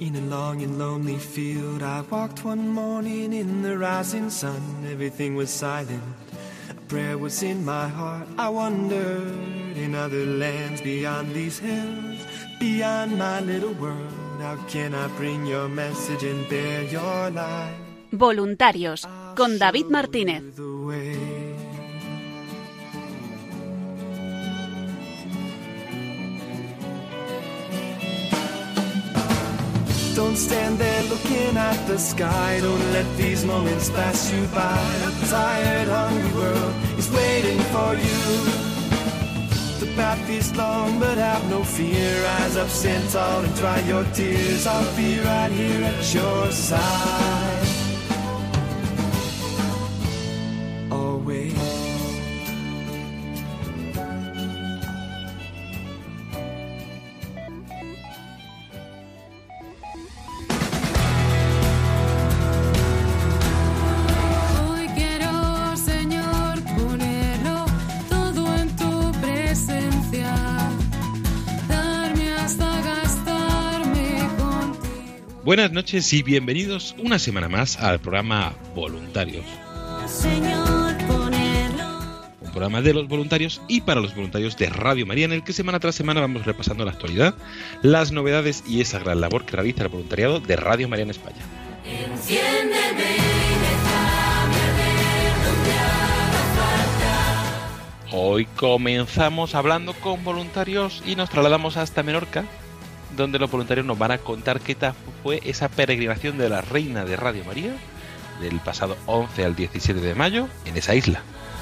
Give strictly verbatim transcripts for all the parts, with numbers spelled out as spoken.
In a long and lonely field, I walked one morning in the rising sun. Everything was silent, a prayer was in my heart. I wondered, in other lands beyond these hills, beyond my little world, how can I bring your message and bear your light? Voluntarios, con David Martínez. Don't stand there looking at the sky. Don't let these moments pass you by. A tired, hungry world is waiting for you. The path is long, but have no fear. Rise up, stand tall, and dry your tears. I'll be right here at your side. Always. Buenas noches y bienvenidos una semana más al programa Voluntarios. Un programa de los voluntarios y para los voluntarios de Radio María, en el que semana tras semana vamos repasando la actualidad, las novedades y esa gran labor que realiza el voluntariado de Radio María en España. Hoy comenzamos hablando con voluntarios y nos trasladamos hasta Menorca, donde los voluntarios nos van a contar qué tal fue esa peregrinación de la Reina de Radio María del pasado once al diecisiete de mayo en esa isla.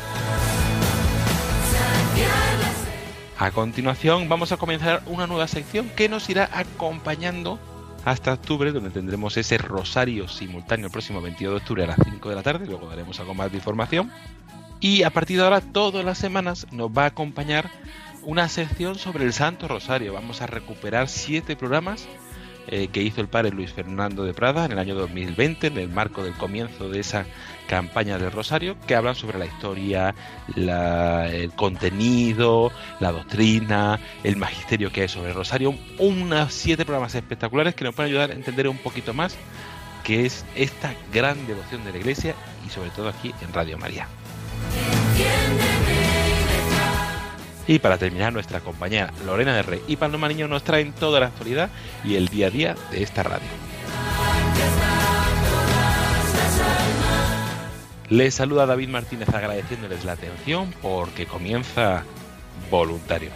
A continuación vamos a comenzar una nueva sección que nos irá acompañando hasta octubre, donde tendremos ese rosario simultáneo el próximo veintidós de octubre a las cinco de la tarde, luego daremos algo más de información. Y a partir de ahora, todas las semanas nos va a acompañar una sección sobre el Santo Rosario. Vamos a recuperar siete programas eh, que hizo el padre Luis Fernando de Prada en el año dos mil veinte, en el marco del comienzo de esa campaña del Rosario, que hablan sobre la historia, la, el contenido, la doctrina, el magisterio que hay sobre el Rosario. Unos siete programas espectaculares que nos pueden ayudar a entender un poquito más qué es esta gran devoción de la Iglesia y sobre todo aquí en Radio María. Y para terminar, nuestra compañera Lorena de Rey y Paloma Niño nos traen toda la actualidad y el día a día de esta radio. Les saluda David Martínez agradeciéndoles la atención porque comienza Voluntarios.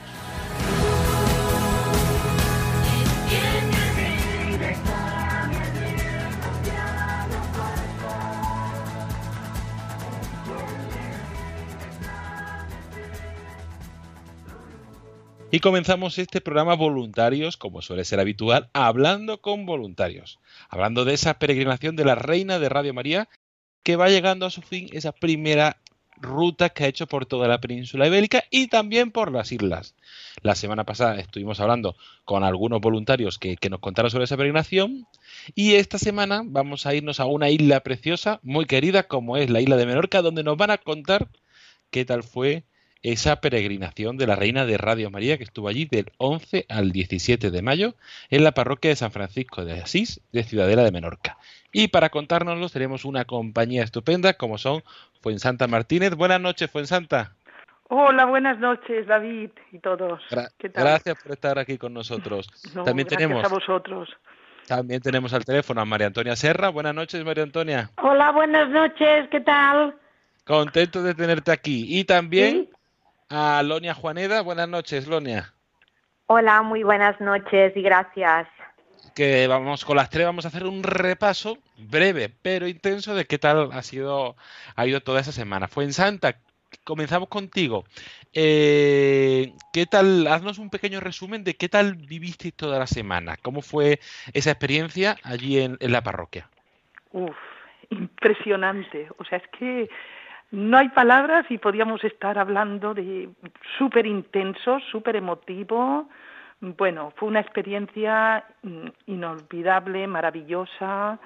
Y comenzamos este programa Voluntarios, como suele ser habitual, hablando con voluntarios, hablando de esa peregrinación de la Reina de Radio María, que va llegando a su fin esa primera ruta que ha hecho por toda la península ibérica y también por las islas. La semana pasada estuvimos hablando con algunos voluntarios que, que nos contaron sobre esa peregrinación y esta semana vamos a irnos a una isla preciosa, muy querida, como es la isla de Menorca, donde nos van a contar qué tal fue esa peregrinación de la Reina de Radio María, que estuvo allí del once al diecisiete de mayo en la parroquia de San Francisco de Asís, de Ciudadela de Menorca. Y para contárnoslo tenemos una compañía estupenda, como son Fuensanta Martínez. Buenas noches, Fuensanta. Hola, buenas noches, David y todos. Gra- ¿Qué tal? Gracias por estar aquí con nosotros. No, También gracias tenemos, a vosotros. también tenemos al teléfono a María Antonia Serra. Buenas noches, María Antonia. Hola, buenas noches, ¿qué tal? Contento de tenerte aquí. Y también ¿Sí? a Lonia Juaneda. Buenas noches, Lonia. Hola, muy buenas noches y gracias. Que vamos con las tres, vamos a hacer un repaso breve pero intenso de qué tal ha sido ha ido toda esa semana. Fuensanta, comenzamos contigo. Eh, ¿qué tal? Haznos un pequeño resumen de qué tal vivisteis toda la semana. ¿Cómo fue esa experiencia allí en, en la parroquia? Uf, impresionante. O sea, es que no hay palabras y podíamos estar hablando de súper intenso, súper emotivo. Bueno, fue una experiencia inolvidable, maravillosa.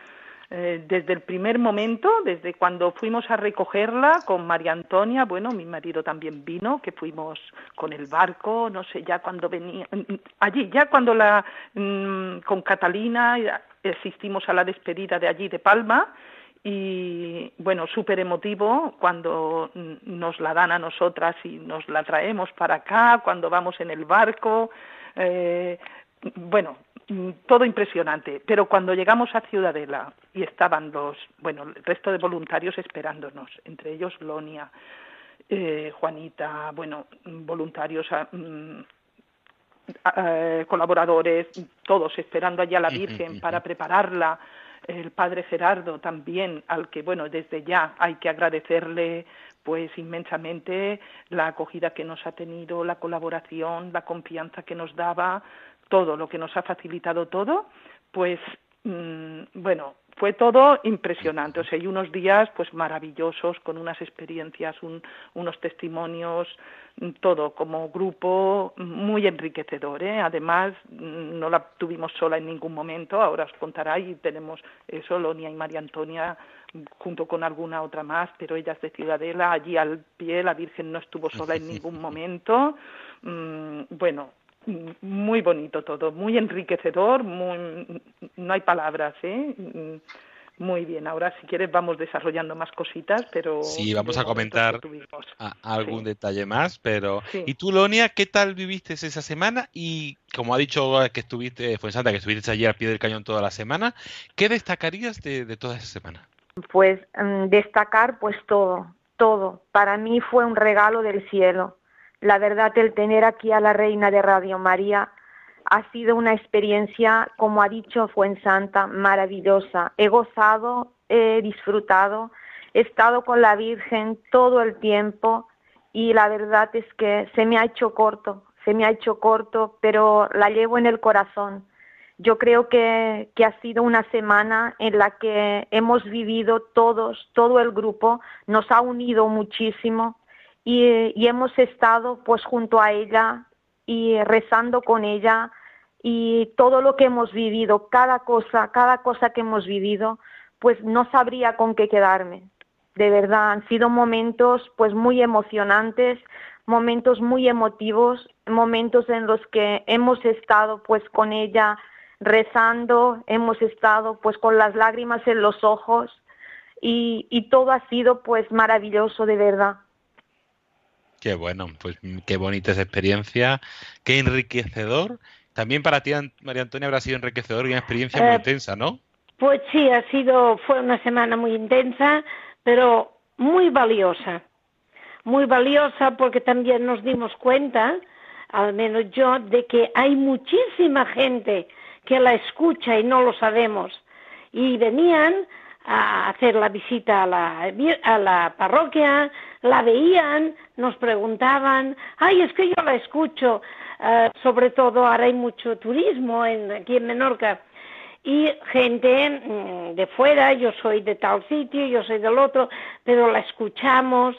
eh, desde el primer momento, desde cuando fuimos a recogerla con María Antonia, bueno, mi marido también vino, que fuimos con el barco, no sé, ya cuando venía, allí, ya cuando la, mmm, con Catalina asistimos a la despedida de allí de Palma, y bueno, súper emotivo cuando nos la dan a nosotras y nos la traemos para acá, cuando vamos en el barco, eh, bueno, todo impresionante. Pero cuando llegamos a Ciudadela y estaban los, bueno, el resto de voluntarios esperándonos, entre ellos Lonia, eh, Juanita, bueno, voluntarios, eh, eh, colaboradores, todos esperando allá a la Virgen para prepararla, el padre Gerardo también, al que, bueno, desde ya hay que agradecerle pues inmensamente la acogida que nos ha tenido, la colaboración, la confianza que nos daba, todo lo que nos ha facilitado todo, pues mmm, bueno, fue todo impresionante, o sea, y unos días pues maravillosos, con unas experiencias, un, unos testimonios, todo como grupo muy enriquecedor, ¿eh? Además no la tuvimos sola en ningún momento, ahora os contará, y tenemos eso, Lonia y María Antonia, junto con alguna otra más, pero ellas de Ciudadela, allí al pie, la Virgen no estuvo sola en ningún momento, mm, bueno, muy bonito todo, muy enriquecedor, muy, no hay palabras, ¿eh? Muy bien, ahora si quieres vamos desarrollando más cositas, pero... Sí, vamos a comentar a, a algún sí. detalle más, pero... Sí. ¿Y tú, Lonia, qué tal viviste esa semana? Y como ha dicho que estuviste, Fuensanta, que estuviste allí al pie del cañón toda la semana, ¿qué destacarías de, de toda esa semana? Pues um, destacar pues todo, todo. Para mí fue un regalo del cielo. La verdad, el tener aquí a la Reina de Radio María ha sido una experiencia, como ha dicho Fuensanta, maravillosa. He gozado, he disfrutado, he estado con la Virgen todo el tiempo y la verdad es que se me ha hecho corto, se me ha hecho corto, pero la llevo en el corazón. Yo creo que, que ha sido una semana en la que hemos vivido todos, todo el grupo, nos ha unido muchísimo. Y, y hemos estado pues junto a ella y rezando con ella, y todo lo que hemos vivido, cada cosa, cada cosa que hemos vivido, pues no sabría con qué quedarme. De verdad, han sido momentos pues muy emocionantes, momentos muy emotivos, momentos en los que hemos estado pues con ella rezando, hemos estado pues con las lágrimas en los ojos, y, y todo ha sido pues maravilloso, de verdad. Qué bueno, pues qué bonita esa experiencia, qué enriquecedor. También para ti, María Antonia, habrá sido enriquecedor y una experiencia muy eh, intensa, ¿no? Pues sí, ha sido, fue una semana muy intensa, pero muy valiosa. Muy valiosa porque también nos dimos cuenta, al menos yo, de que hay muchísima gente que la escucha y no lo sabemos. Y venían a hacer la visita a la, a la parroquia, la veían, nos preguntaban, ay, es que yo la escucho, uh, sobre todo ahora hay mucho turismo en, aquí en Menorca, y gente mmm, de fuera, yo soy de tal sitio, yo soy del otro, pero la escuchamos,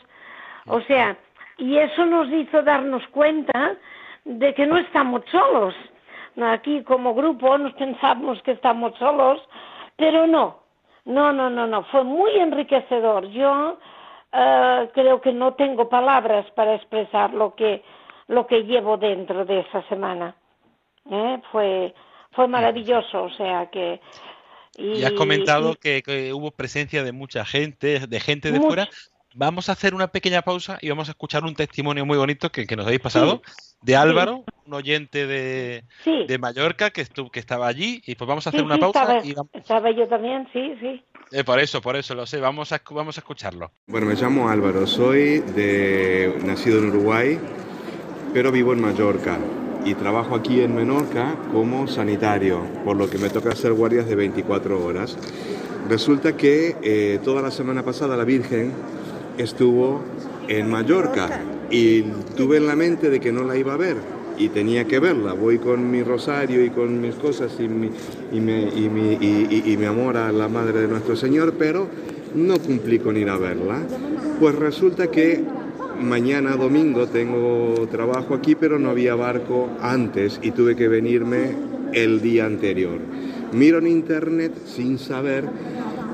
o sea, y eso nos hizo darnos cuenta de que no estamos solos. Aquí como grupo nos pensamos que estamos solos, pero no. No, no, no, no, fue muy enriquecedor. Yo uh, creo que no tengo palabras para expresar lo que lo que llevo dentro de esa semana. ¿Eh? Fue fue maravilloso, o sea que... Y, y has comentado y, que, que hubo presencia de mucha gente, de gente de mucho. fuera. Vamos a hacer una pequeña pausa y vamos a escuchar un testimonio muy bonito que, que nos habéis pasado, sí. de Álvaro, sí. un oyente de, sí. de Mallorca que estuvo, que estaba allí, y pues vamos a hacer sí, una sí, pausa. Estaba, y vamos... estaba yo también, sí, sí. Eh, por eso, por eso, lo sé, vamos a, vamos a escucharlo. Bueno, me llamo Álvaro, soy de, nacido en Uruguay, pero vivo en Mallorca y trabajo aquí en Menorca como sanitario, por lo que me toca hacer guardias de veinticuatro horas. Resulta que eh, toda la semana pasada la Virgen estuvo en Mallorca y tuve en la mente de que no la iba a ver y tenía que verla. Voy con mi rosario y con mis cosas y mi, y mi, y mi, y, y, y mi amor a la Madre de Nuestro Señor, pero no cumplí con ir a verla. Pues resulta que mañana domingo tengo trabajo aquí, pero no había barco antes y tuve que venirme el día anterior. Miro en internet sin saber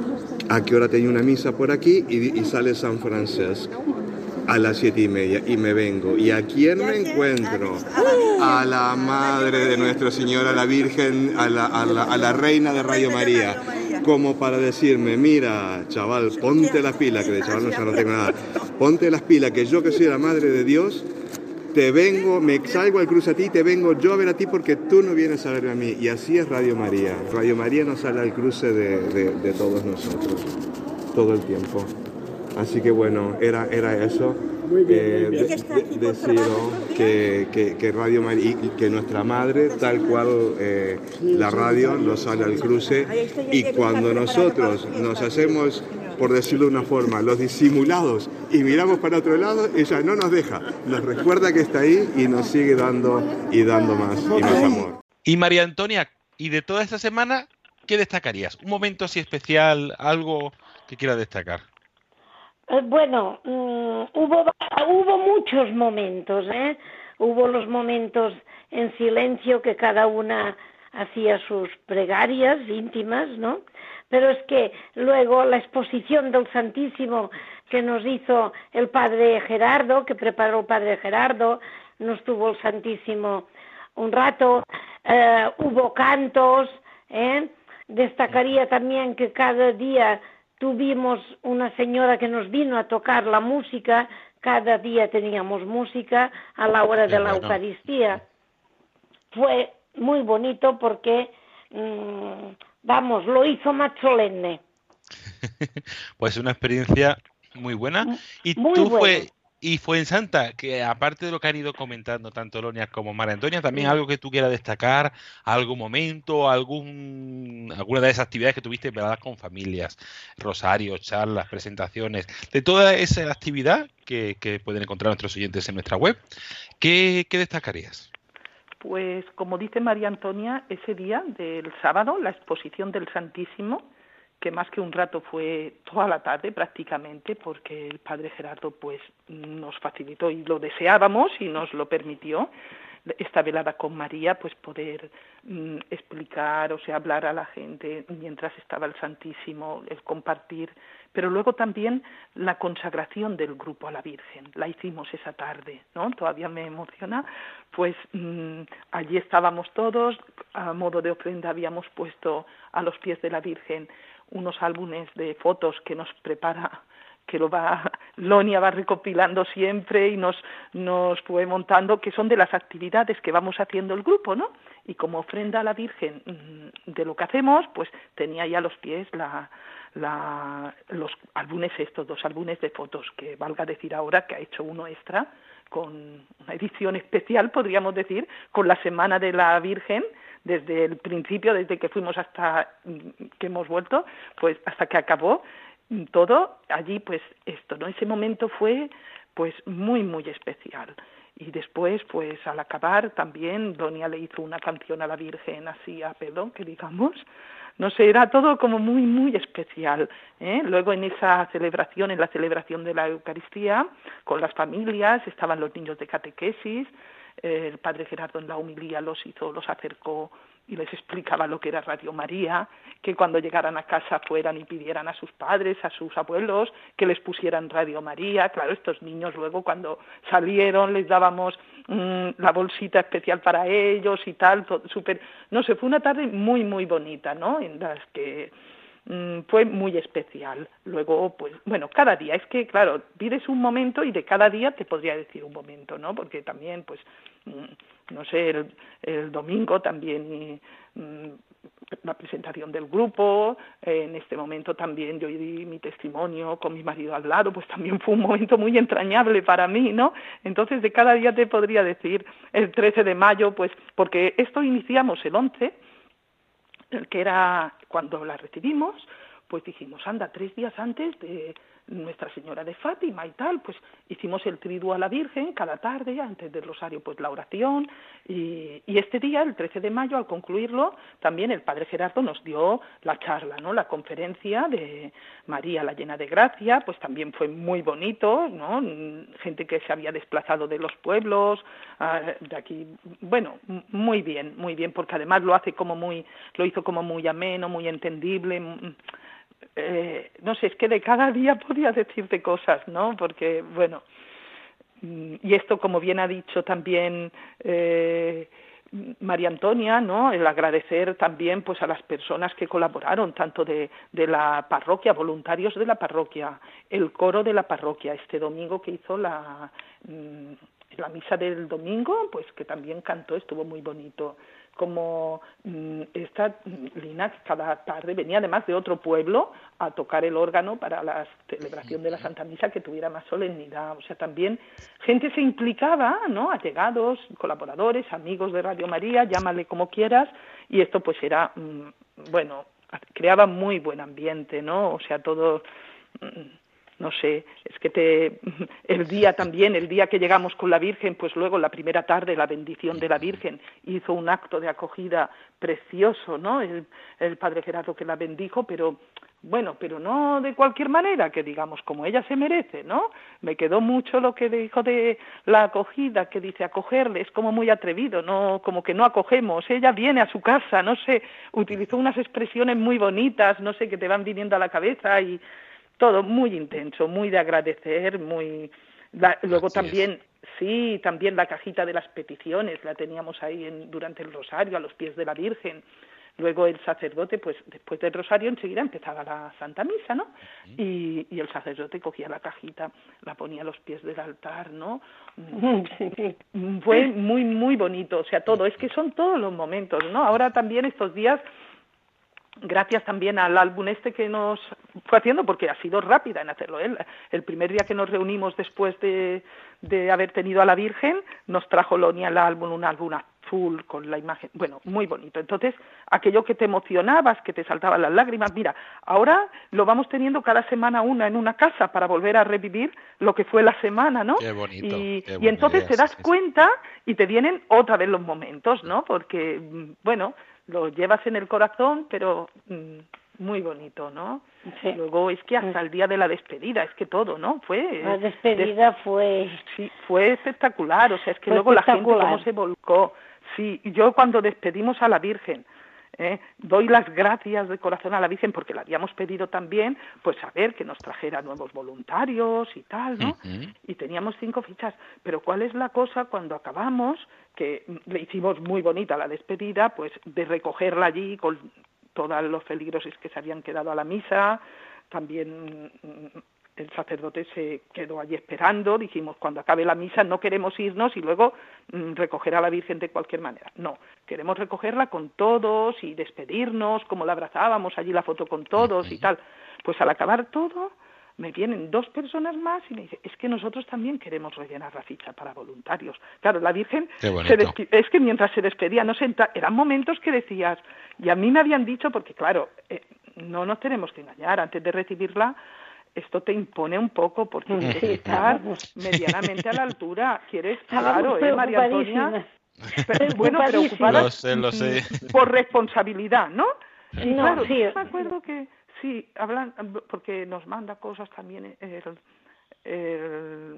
a qué hora tenía una misa por aquí y, y sale San Francisco a las siete y media y me vengo. ¿Y a quién me encuentro? A la Madre de Nuestra Señora, a la Virgen, a la, a la, a la Reina de Radio María, como para decirme, mira, chaval, ponte las pilas, que de chaval no, ya no tengo nada, ponte las pilas, que yo que soy la Madre de Dios, te vengo, me salgo al cruce a ti, te vengo yo a ver a ti porque tú no vienes a verme a mí. Y así es Radio María. Radio María nos sale al cruce de, de, de todos nosotros, todo el tiempo. Así que bueno, era, era eso, eh, de, de, deciros que, que, que Radio María, que nuestra madre, tal cual eh, la radio, nos sale al cruce, y cuando nosotros nos hacemos, por decirlo de una forma, los disimulados y miramos para otro lado, ella no nos deja, nos recuerda que está ahí y nos sigue dando y dando más y más amor. Y María Antonia, y de toda esta semana, ¿qué destacarías? ¿Un momento así especial, algo que quieras destacar? Eh, bueno, um, hubo, hubo muchos momentos, ¿eh? Hubo los momentos en silencio que cada una hacía sus plegarias íntimas, ¿no? Pero es que luego la exposición del Santísimo que nos hizo el Padre Gerardo, que preparó el Padre Gerardo, nos tuvo el Santísimo un rato, eh, hubo cantos, ¿eh? Destacaría también que cada día tuvimos una señora que nos vino a tocar la música, cada día teníamos música a la hora de la bueno. Eucaristía. Fue muy bonito porque, mmm, vamos, lo hizo más solemne. Pues una experiencia muy buena. Y muy tú buena. fue y fue en Santa, que aparte de lo que han ido comentando tanto Lonia como María Antonia, también sí. Algo que tú quieras destacar, algún momento, algún alguna de esas actividades que tuviste veladas con familias, rosarios, charlas, presentaciones, de toda esa actividad que, que pueden encontrar nuestros oyentes en nuestra web, ¿qué, qué destacarías? Pues como dice María Antonia, ese día del sábado, la exposición del Santísimo, que más que un rato fue toda la tarde prácticamente, porque el Padre Gerardo pues nos facilitó y lo deseábamos y nos lo permitió, esta velada con María, pues poder mm, explicar, o sea, hablar a la gente mientras estaba el Santísimo, el compartir, pero luego también la consagración del grupo a la Virgen, la hicimos esa tarde, ¿no? Todavía me emociona, pues mmm, allí estábamos todos, a modo de ofrenda habíamos puesto a los pies de la Virgen unos álbumes de fotos que nos prepara, que lo va, Lonia va recopilando siempre y nos, nos fue montando, que son de las actividades que vamos haciendo el grupo, ¿no? Y como ofrenda a la Virgen de lo que hacemos, pues tenía ya a los pies la, la, los álbumes estos, dos álbumes de fotos, que valga decir ahora que ha hecho uno extra, con una edición especial, podríamos decir, con la Semana de la Virgen, desde el principio, desde que fuimos hasta que hemos vuelto, pues hasta que acabó todo, allí pues esto, ¿no? Ese momento fue pues muy, muy especial. Y después, pues al acabar también, Donia le hizo una canción a la Virgen así a pelo, que digamos, no sé, era todo como muy, muy especial, ¿eh? Luego en esa celebración, en la celebración de la Eucaristía, con las familias, estaban los niños de catequesis, eh, el Padre Gerardo en la homilía los hizo, los acercó y les explicaba lo que era Radio María, que cuando llegaran a casa fueran y pidieran a sus padres, a sus abuelos, que les pusieran Radio María. Claro, estos niños luego cuando salieron les dábamos mmm, la bolsita especial para ellos y tal, todo, súper, no sé, fue una tarde muy, muy bonita, ¿no? En las que mmm, fue muy especial. Luego, pues, bueno, cada día, es que, claro, vives un momento y de cada día te podría decir un momento, ¿no? Porque también, pues, mmm, no sé, el, el domingo también y, mmm, la presentación del grupo, eh, en este momento también yo di mi testimonio con mi marido al lado, pues también fue un momento muy entrañable para mí, ¿no? Entonces de cada día te podría decir el trece de mayo, pues porque esto iniciamos el once, que era cuando la recibimos, pues dijimos, anda, tres días antes de Nuestra Señora de Fátima y tal, pues hicimos el triduo a la Virgen cada tarde, antes del rosario, pues la oración, y, y este día, el trece de mayo, al concluirlo, también el Padre Gerardo nos dio la charla, ¿no? La conferencia de María, la llena de gracia, pues también fue muy bonito, ¿no? Gente que se había desplazado de los pueblos, uh, de aquí, bueno, muy bien, muy bien, porque además lo hace como muy, lo hizo como muy ameno, muy entendible, eh, no sé, es que de cada día podía decirte cosas, ¿no? Porque, bueno, y esto, como bien ha dicho también eh, María Antonia, ¿no? El agradecer también pues a las personas que colaboraron, tanto de, de la parroquia, voluntarios de la parroquia, el coro de la parroquia, este domingo que hizo la, la misa del domingo, pues que también cantó, estuvo muy bonito. Como mmm, esta Lina, que cada tarde venía además de otro pueblo a tocar el órgano para la celebración de la Santa Misa, que tuviera más solemnidad. O sea, también gente se implicaba, ¿no? Allegados, colaboradores, amigos de Radio María, llámale como quieras, y esto pues era, mmm, bueno, creaba muy buen ambiente, ¿no? O sea, todo... Mmm, no sé, es que te el día también, el día que llegamos con la Virgen, pues luego la primera tarde la bendición de la Virgen hizo un acto de acogida precioso, ¿no? El, el padre Gerardo que la bendijo, pero bueno, pero no de cualquier manera, que digamos como ella se merece, ¿no? Me quedó mucho lo que dijo de la acogida, que dice acogerle, es como muy atrevido, no, como que no acogemos, ella viene a su casa, no sé, utilizó unas expresiones muy bonitas, no sé, que te van viniendo a la cabeza y todo muy intenso, muy de agradecer, muy... La, luego Así también, es. sí, también la cajita de las peticiones, la teníamos ahí en, durante el rosario, a los pies de la Virgen. Luego el sacerdote, pues después del rosario enseguida empezaba la Santa Misa, ¿no? Uh-huh. Y, y el sacerdote cogía la cajita, la ponía a los pies del altar, ¿no? Fue muy, muy bonito, o sea, todo, es que son todos los momentos, ¿no? Ahora también estos días... Gracias también al álbum este que nos fue haciendo, porque ha sido rápida en hacerlo. ¿eh? El primer día que nos reunimos después de, de haber tenido a la Virgen, nos trajo Lonia el álbum, un álbum azul con la imagen, bueno, muy bonito. Entonces, aquello que te emocionabas, que te saltaban las lágrimas, mira, ahora lo vamos teniendo cada semana una en una casa para volver a revivir lo que fue la semana, ¿no? Qué bonito. Y, qué y entonces idea, te das sí, cuenta y te vienen otra vez los momentos, ¿no? Porque, bueno... lo llevas en el corazón, pero mmm, muy bonito, ¿no? Sí. Luego es que hasta el día de la despedida, es que todo, ¿no? Fue la despedida de, fue sí, fue espectacular, o sea, es que luego la gente cómo se volcó. Sí, yo cuando despedimos a la Virgen, eh, doy las gracias de corazón a la Virgen porque la habíamos pedido también, pues a ver que nos trajera nuevos voluntarios y tal, ¿no? Uh-huh. Y teníamos cinco fichas, pero ¿cuál es la cosa cuando acabamos? Que le hicimos muy bonita la despedida, pues de recogerla allí con todos los feligreses que se habían quedado a la misa, también el sacerdote se quedó allí esperando, dijimos cuando acabe la misa no queremos irnos y luego mmm, recoger a la Virgen de cualquier manera, no, queremos recogerla con todos y despedirnos, como la abrazábamos, allí la foto con todos y tal, pues al acabar todo me vienen dos personas más y me dicen, es que nosotros también queremos rellenar la ficha para voluntarios. Claro, la Virgen, se desp- es que mientras se despedía, no se entra- eran momentos que decías, y a mí me habían dicho, porque claro, eh, no nos tenemos que engañar, antes de recibirla, esto te impone un poco, porque quieres sí, estar medianamente a la altura, quieres, claro, ¿eh, María Antonia? Pero, bueno, preocupada lo sé, lo sé. por responsabilidad, ¿no? Y no, claro, sí, yo me acuerdo que sí, hablan, porque nos manda cosas también el, el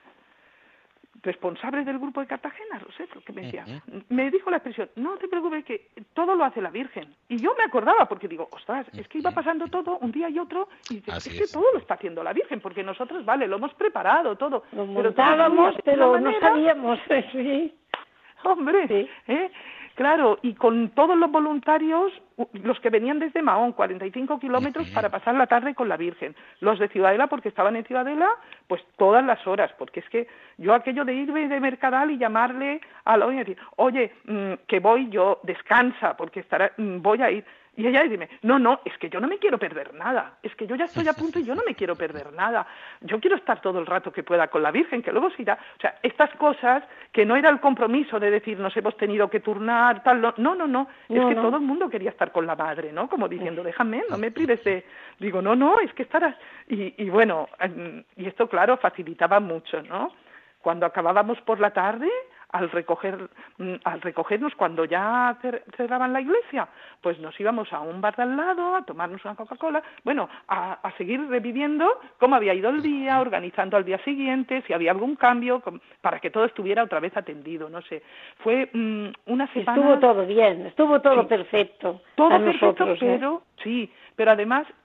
responsable del grupo de Cartagena, no sé, porque me decía, uh-huh. me dijo la expresión, no te preocupes que todo lo hace la Virgen. Y yo me acordaba, porque digo, ostras, es que iba pasando todo un día y otro, y dice, es que es. todo lo está haciendo la Virgen, porque nosotros, vale, lo hemos preparado todo. Lo montábamos, pero, pero no sabíamos, sí. Hombre, sí. ¿eh? Claro, y con todos los voluntarios, los que venían desde Mahón, cuarenta y cinco kilómetros para pasar la tarde con la Virgen. Los de Ciudadela, porque estaban en Ciudadela, pues todas las horas, porque es que yo aquello de irme de Mercadal y llamarle a la y decir, oye, mmm, que voy yo, descansa, porque estará, mmm, voy a ir. Y ella dice, no, no, es que yo no me quiero perder nada, es que yo ya estoy a punto y yo no me quiero perder nada. Yo quiero estar todo el rato que pueda con la Virgen, que luego se irá. O sea, estas cosas que no era el compromiso de decir nos hemos tenido que turnar, tal, no, no, no, no. es no, que no. todo el mundo quería estar con la madre, ¿no? Como diciendo, déjame, no me prives de... Digo, no, no, es que estarás... Y, y bueno, y esto, claro, facilitaba mucho, ¿no? Cuando acabábamos por la tarde... al recoger al recogernos cuando ya cerraban la iglesia, pues nos íbamos a un bar de al lado a tomarnos una Coca-Cola, bueno, a, a seguir reviviendo cómo había ido el día, organizando al día siguiente, si había algún cambio, para que todo estuviera otra vez atendido, no sé. Fue mmm, una semana... Estuvo todo bien, estuvo todo sí, perfecto. Todo perfecto, nosotros, pero, ¿eh? sí, pero además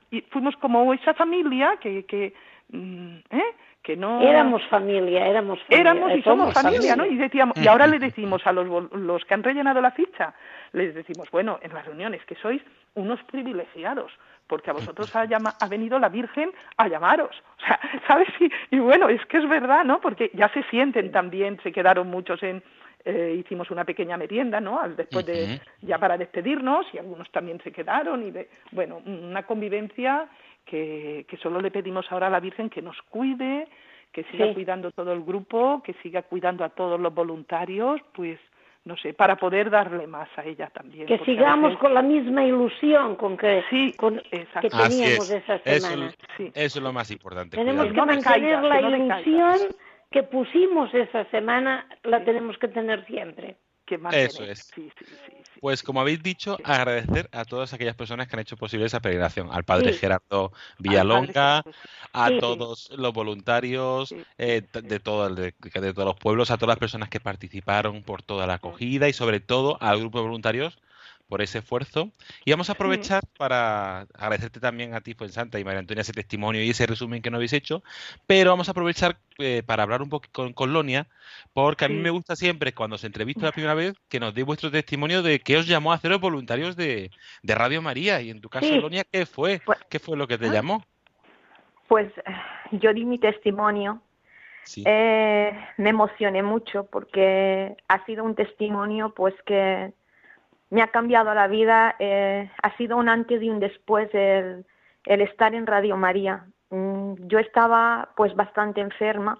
y fuimos como esa familia que, que ¿eh? que no éramos familia, éramos familia, éramos y somos, somos familia, familia, ¿no? Y decíamos, y ahora le decimos a los los que han rellenado la ficha, les decimos, bueno, en las reuniones que sois unos privilegiados, porque a vosotros ha, llama, ha venido la Virgen a llamaros, o sea, ¿sabes? Y, y bueno, es que es verdad, ¿no? Porque ya se sienten también, se quedaron muchos en Eh, hicimos una pequeña merienda, ¿no? Después de, ya para despedirnos, y algunos también se quedaron, y de, bueno, una convivencia que, que solo le pedimos ahora a la Virgen que nos cuide, que siga sí. cuidando todo el grupo, que siga cuidando a todos los voluntarios, pues, no sé, para poder darle más a ella también. Que sigamos veces... con la misma ilusión con que, sí, con, que teníamos esa semana. Eso, sí. eso es lo más importante. Tenemos cuidado. que no mantener caiga, la que no ilusión que pusimos esa semana, la tenemos que tener siempre. Que Eso es. Sí, sí, sí, sí. Pues como habéis dicho, sí. agradecer a todas aquellas personas que han hecho posible esa peregrinación. Al padre sí. Gerardo Villalonga, padre... a sí. todos los voluntarios sí. eh, de, todo, de, de todos los pueblos, a todas las personas que participaron por toda la acogida y sobre todo al grupo de voluntarios por ese esfuerzo. Y vamos a aprovechar sí. para agradecerte también a ti, Fuensanta y María Antonia, ese testimonio y ese resumen que nos habéis hecho, pero vamos a aprovechar eh, para hablar un poco con, con Lonia, porque a sí. mí me gusta siempre, cuando se entrevista la primera vez, que nos dé vuestro testimonio de qué os llamó a haceros voluntarios de, de Radio María. Y en tu caso, sí. Lonia, ¿qué fue? Pues, ¿Qué fue lo que te ¿ah? llamó? Pues yo di mi testimonio. Sí. Eh, me emocioné mucho porque ha sido un testimonio pues que me ha cambiado la vida, eh, ha sido un antes y un después el, el estar en Radio María. Mm, yo estaba pues bastante enferma,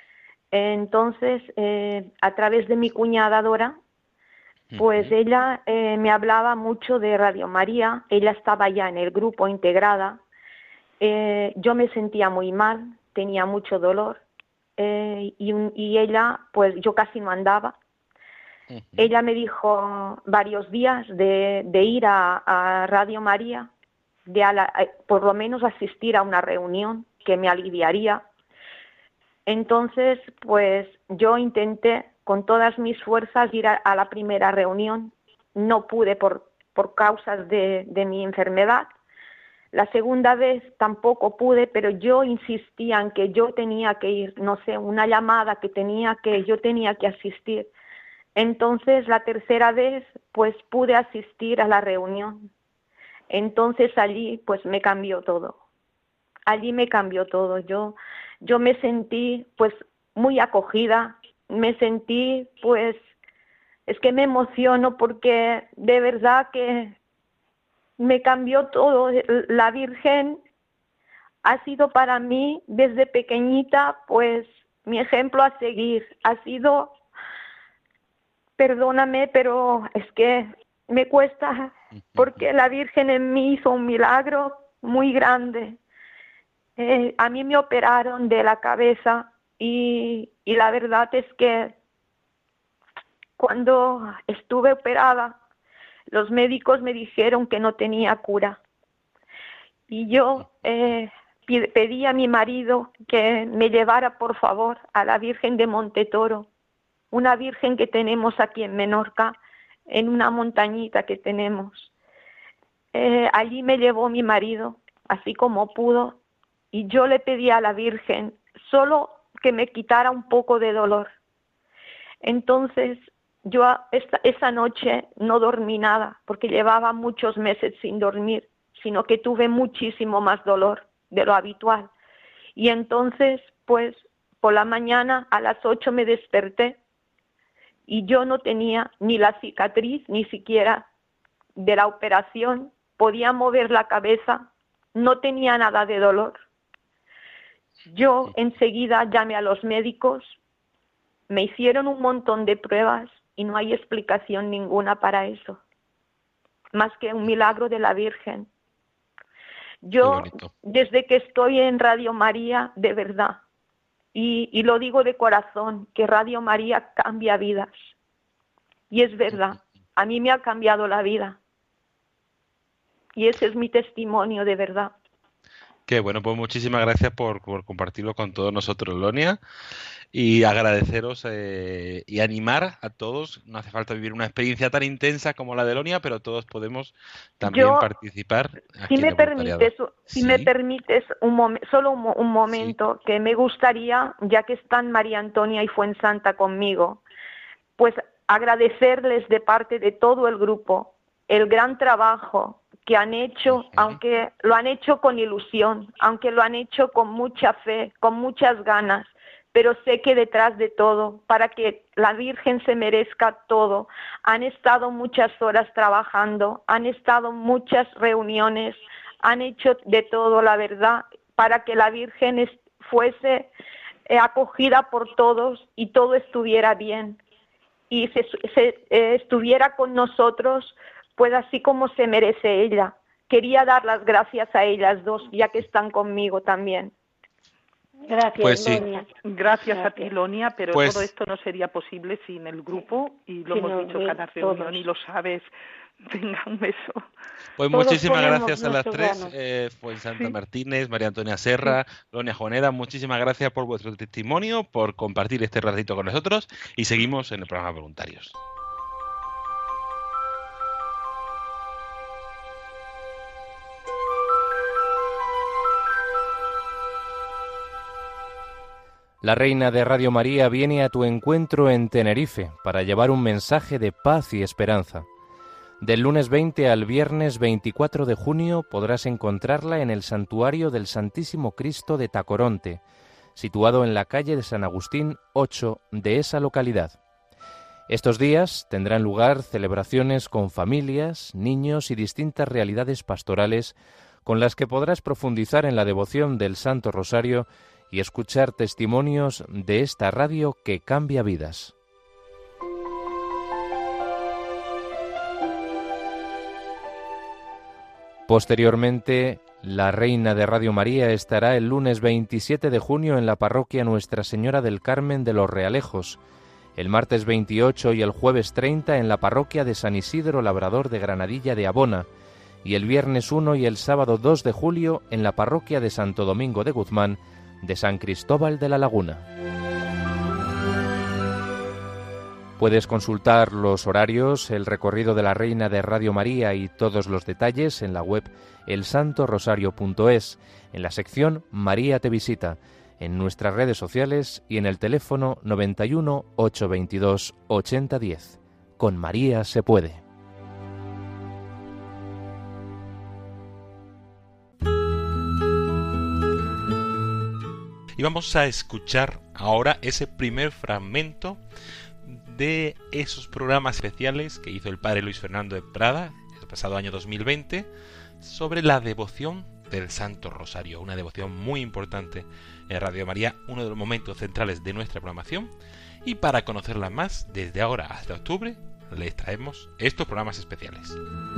entonces eh, a través de mi cuñada Dora, pues uh-huh. ella eh, me hablaba mucho de Radio María, ella estaba ya en el grupo integrada, eh, yo me sentía muy mal, tenía mucho dolor eh, y, y ella, pues yo casi no andaba. Uh-huh. Ella me dijo varios días de, de ir a, a Radio María, de a la, a, por lo menos asistir a una reunión que me aliviaría. Entonces, pues yo intenté con todas mis fuerzas ir a, a la primera reunión. No pude por, por causas de, de mi enfermedad. La segunda vez tampoco pude, pero yo insistía en que yo tenía que ir, no sé, una llamada que tenía que, yo tenía que asistir. Entonces, la tercera vez, pues pude asistir a la reunión. Entonces, allí, pues me cambió todo. Allí me cambió todo. Yo, yo me sentí, pues, muy acogida. Me sentí, pues, es que me emociono porque de verdad que me cambió todo. La Virgen ha sido para mí, desde pequeñita, pues, mi ejemplo a seguir. Ha sido... Perdóname, pero es que me cuesta porque la Virgen en mí hizo un milagro muy grande. Eh, a mí me operaron de la cabeza y, y la verdad es que cuando estuve operada, los médicos me dijeron que no tenía cura. Y yo eh, pedí a mi marido que me llevara, por favor, a la Virgen de Montetoro, una virgen que tenemos aquí en Menorca, en una montañita que tenemos. Eh, allí me llevó mi marido, así como pudo, y yo le pedí a la Virgen solo que me quitara un poco de dolor. Entonces, yo esta, esa noche no dormí nada, porque llevaba muchos meses sin dormir, sino que tuve muchísimo más dolor de lo habitual. Y entonces, pues, por la mañana a las ocho me desperté, y yo no tenía ni la cicatriz, ni siquiera de la operación, podía mover la cabeza, no tenía nada de dolor. Yo enseguida llamé a los médicos, me hicieron un montón de pruebas y no hay explicación ninguna para eso, más que un milagro de la Virgen. Yo, desde que estoy en Radio María, de verdad, Y, y lo digo de corazón, que Radio María cambia vidas. Y es verdad, a mí me ha cambiado la vida. Y ese es mi testimonio de verdad. Qué bueno, pues muchísimas gracias por, por compartirlo con todos nosotros, Lonia, y agradeceros eh, y animar a todos. No hace falta vivir una experiencia tan intensa como la de Lonia, pero todos podemos también Yo, participar aquí si en me el voluntariado. permites, si Sí. me permites un mom- solo un, mo- un momento, que me gustaría, ya que están María Antonia y Fuensanta conmigo, pues agradecerles de parte de todo el grupo el gran trabajo que han hecho, Ujú. aunque lo han hecho con ilusión, aunque lo han hecho con mucha fe, con muchas ganas, pero sé que detrás de todo, para que la Virgen se merezca todo, han estado muchas horas trabajando, han estado muchas reuniones, han hecho de todo, la verdad, para que la Virgen es- fuese eh, acogida por todos y todo estuviera bien y se, se, eh, estuviera con nosotros, pues así como se merece ella. Quería dar las gracias a ellas dos, ya que están conmigo también. Gracias, Pues sí. Lonia. Gracias a Gracias. ti, Lonia, pero Pues- todo esto no sería posible sin el grupo y lo Sí, hemos no, dicho bien, cada reunión todos. y lo sabes. Venga, un beso. Pues Todos muchísimas ponemos gracias a las nuestro tres, grano. eh, Fuensanta Sí. Martínez, María Antonia Serra, Lonia Juanera, muchísimas gracias por vuestro testimonio, por compartir este ratito con nosotros y seguimos en el programa Voluntarios. La Reina de Radio María viene a tu encuentro en Tenerife para llevar un mensaje de paz y esperanza. Del lunes veinte al viernes veinticuatro de junio podrás encontrarla en el Santuario del Santísimo Cristo de Tacoronte, situado en la calle de San Agustín ocho de esa localidad. Estos días tendrán lugar celebraciones con familias, niños y distintas realidades pastorales con las que podrás profundizar en la devoción del Santo Rosario y escuchar testimonios de esta radio que cambia vidas. Posteriormente, la Reina de Radio María estará el lunes veintisiete de junio en la parroquia Nuestra Señora del Carmen de los Realejos, el martes veintiocho y el jueves treinta en la parroquia de San Isidro Labrador de Granadilla de Abona, y el viernes uno y el sábado dos de julio en la parroquia de Santo Domingo de Guzmán de San Cristóbal de la Laguna. Puedes consultar los horarios, el recorrido de la Reina de Radio María y todos los detalles en la web el santo rosario punto es, en la sección María te visita, en nuestras redes sociales y en el teléfono noventa y uno, ochocientos veintidós, ochenta diez. Con María se puede. Y vamos a escuchar ahora ese primer fragmento de esos programas especiales que hizo el padre Luis Fernando de Prada el pasado año dos mil veinte sobre la devoción del Santo Rosario, una devoción muy importante en Radio María, uno de los momentos centrales de nuestra programación. Y para conocerla más, desde ahora hasta octubre, les traemos estos programas especiales.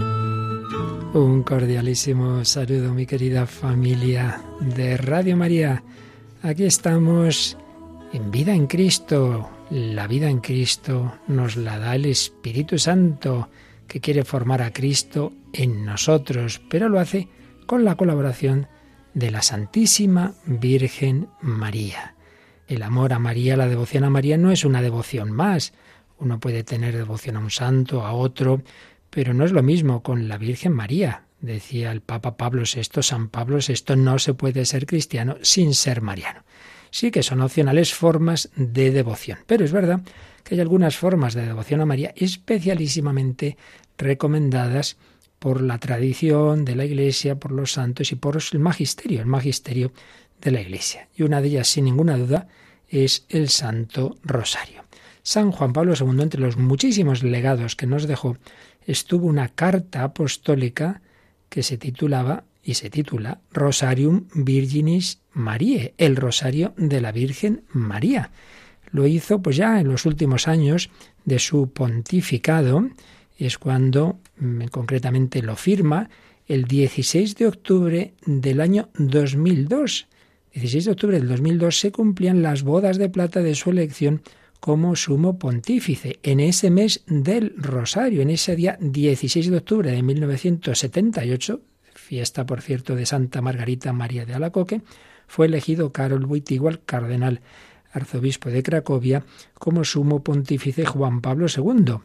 Un cordialísimo saludo, mi querida familia de Radio María. Aquí estamos en Vida en Cristo. La vida en Cristo nos la da el Espíritu Santo, que quiere formar a Cristo en nosotros, pero lo hace con la colaboración de la Santísima Virgen María. El amor a María, la devoción a María no es una devoción más. Uno puede tener devoción a un santo, a otro, pero no es lo mismo con la Virgen María. Decía el Papa Pablo sexto, San Pablo sexto, no se puede ser cristiano sin ser mariano. Sí que son opcionales formas de devoción, pero es verdad que hay algunas formas de devoción a María especialísimamente recomendadas por la tradición de la Iglesia, por los santos y por el magisterio, el magisterio de la Iglesia. Y una de ellas, sin ninguna duda, es el Santo Rosario. San Juan Pablo segundo, entre los muchísimos legados que nos dejó, estuvo una carta apostólica que se titulaba y se titula Rosarium Virginis Mariae, el Rosario de la Virgen María. Lo hizo pues ya en los últimos años de su pontificado, es cuando concretamente lo firma el dieciséis de octubre del año dos mil dos. dieciséis de octubre del dos mil dos se cumplían las bodas de plata de su elección como sumo pontífice. En ese mes del Rosario, en ese día dieciséis de octubre de mil novecientos setenta y ocho, fiesta, por cierto, de Santa Margarita María de Alacoque, fue elegido Karol Wojtyła, cardenal arzobispo de Cracovia, como sumo pontífice Juan Pablo segundo.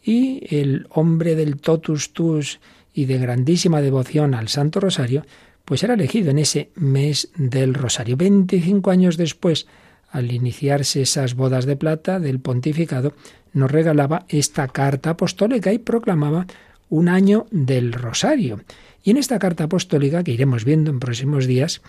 Y el hombre del totus tuus y de grandísima devoción al Santo Rosario, pues era elegido en ese mes del Rosario. veinticinco años después, al iniciarse esas bodas de plata del pontificado, nos regalaba esta carta apostólica y proclamaba un año del Rosario. Y en esta carta apostólica, que iremos viendo en próximos días,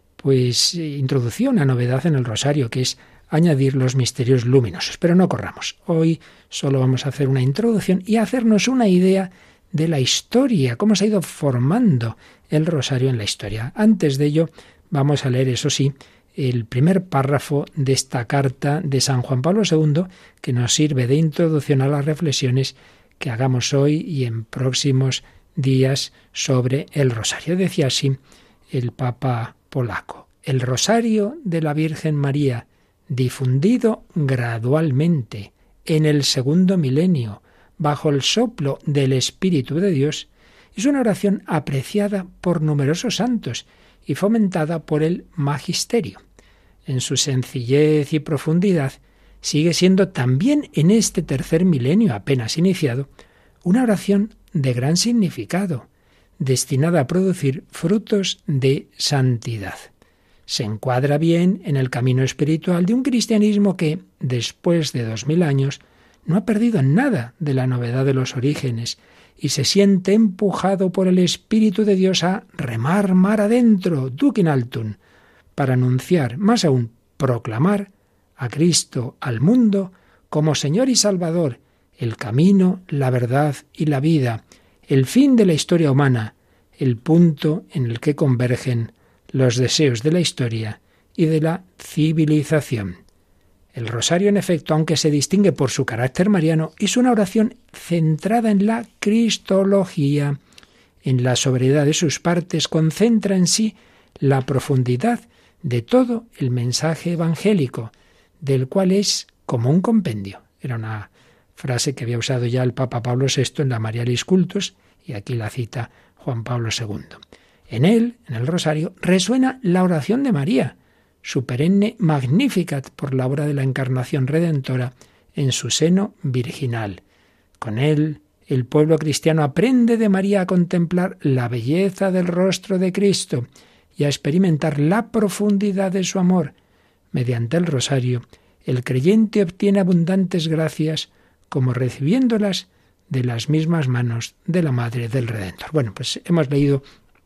pues introducía una novedad en el Rosario, que es añadir los misterios luminosos. Pero no corramos. Hoy solo vamos a hacer una introducción y hacernos una idea de la historia, cómo se ha ido formando el Rosario en la historia. Antes de ello, vamos a leer, eso sí, el primer párrafo de esta carta de San Juan Pablo segundo, que nos sirve de introducción a las reflexiones que hagamos hoy y en próximos días sobre el Rosario. Decía así el Papa polaco: el Rosario de la Virgen María, difundido gradualmente en el segundo milenio, bajo el soplo del Espíritu de Dios, es una oración apreciada por numerosos santos y fomentada por el magisterio. En su sencillez y profundidad, sigue siendo también en este tercer milenio apenas iniciado una oración de gran significado, destinada a producir frutos de santidad. Se encuadra bien en el camino espiritual de un cristianismo que, después de dos mil años, no ha perdido nada de la novedad de los orígenes y se siente empujado por el Espíritu de Dios a remar mar adentro, dukin altun, para anunciar, más aún, proclamar a Cristo al mundo como Señor y Salvador, el camino, la verdad y la vida, el fin de la historia humana, el punto en el que convergen los deseos de la historia y de la civilización. El rosario, en efecto, aunque se distingue por su carácter mariano, es una oración centrada en la cristología. En la sobriedad de sus partes concentra en sí la profundidad de todo el mensaje evangélico, del cual es como un compendio. Era una frase que había usado ya el Papa Pablo sexto en la Marialis Cultus, y aquí la cita Juan Pablo segundo. En él, en el rosario, resuena la oración de María, su perenne Magnificat por la obra de la encarnación redentora en su seno virginal. Con él, el pueblo cristiano aprende de María a contemplar la belleza del rostro de Cristo y a experimentar la profundidad de su amor. Mediante el rosario, el creyente obtiene abundantes gracias, como recibiéndolas de las mismas manos de la Madre del Redentor. Bueno, pues hemos leído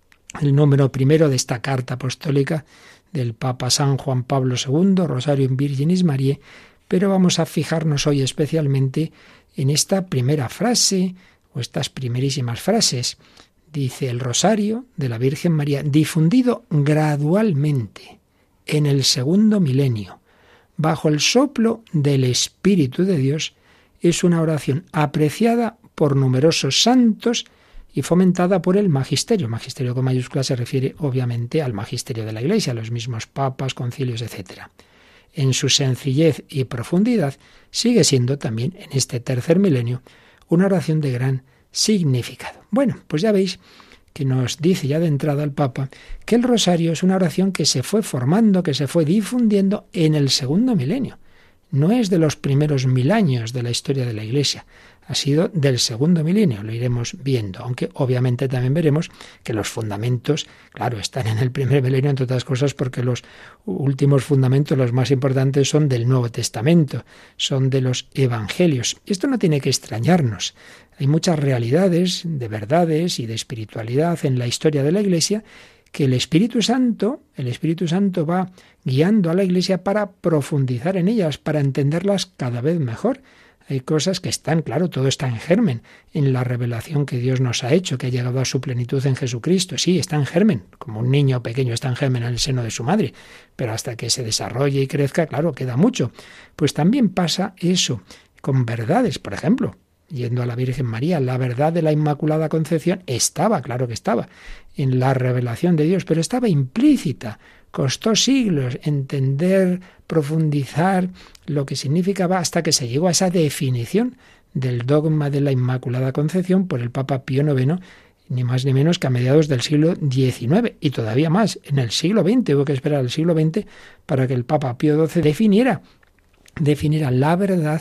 el número primero de esta carta apostólica del Papa San Juan Pablo segundo, Rosario in Virginis Mariae, pero vamos a fijarnos hoy especialmente en esta primera frase, o estas primerísimas frases. Dice: el Rosario de la Virgen María, difundido gradualmente en el segundo milenio, bajo el soplo del Espíritu de Dios, es una oración apreciada por numerosos santos y fomentada por el magisterio. Magisterio con mayúscula se refiere obviamente al magisterio de la Iglesia, a los mismos papas, concilios, etcétera. En su sencillez y profundidad sigue siendo también en este tercer milenio una oración de gran significado. Bueno, pues ya veis que nos dice ya de entrada el Papa que el rosario es una oración que se fue formando, que se fue difundiendo en el segundo milenio. No es de los primeros mil años de la historia de la Iglesia, ha sido del segundo milenio, lo iremos viendo, aunque obviamente también veremos que los fundamentos, claro, están en el primer milenio, entre otras cosas porque los últimos fundamentos, los más importantes, son del Nuevo Testamento, son de los Evangelios. Esto no tiene que extrañarnos. Hay muchas realidades de verdades y de espiritualidad en la historia de la Iglesia que el Espíritu Santo, el Espíritu Santo va guiando a la Iglesia para profundizar en ellas, para entenderlas cada vez mejor. Hay cosas que están, claro, todo está en germen, en la revelación que Dios nos ha hecho, que ha llegado a su plenitud en Jesucristo. Sí, está en germen, como un niño pequeño está en germen en el seno de su madre, pero hasta que se desarrolle y crezca, claro, queda mucho. Pues también pasa eso con verdades, por ejemplo, yendo a la Virgen María, la verdad de la Inmaculada Concepción estaba, claro que estaba, en la revelación de Dios, pero estaba implícita. Costó siglos entender, profundizar lo que significaba hasta que se llegó a esa definición del dogma de la Inmaculada Concepción por el Papa Pío noveno ni más ni menos que a mediados del siglo diecinueve, y todavía más, en el siglo veinte, hubo que esperar al siglo veinte para que el Papa Pío doce definiera, definiera la verdad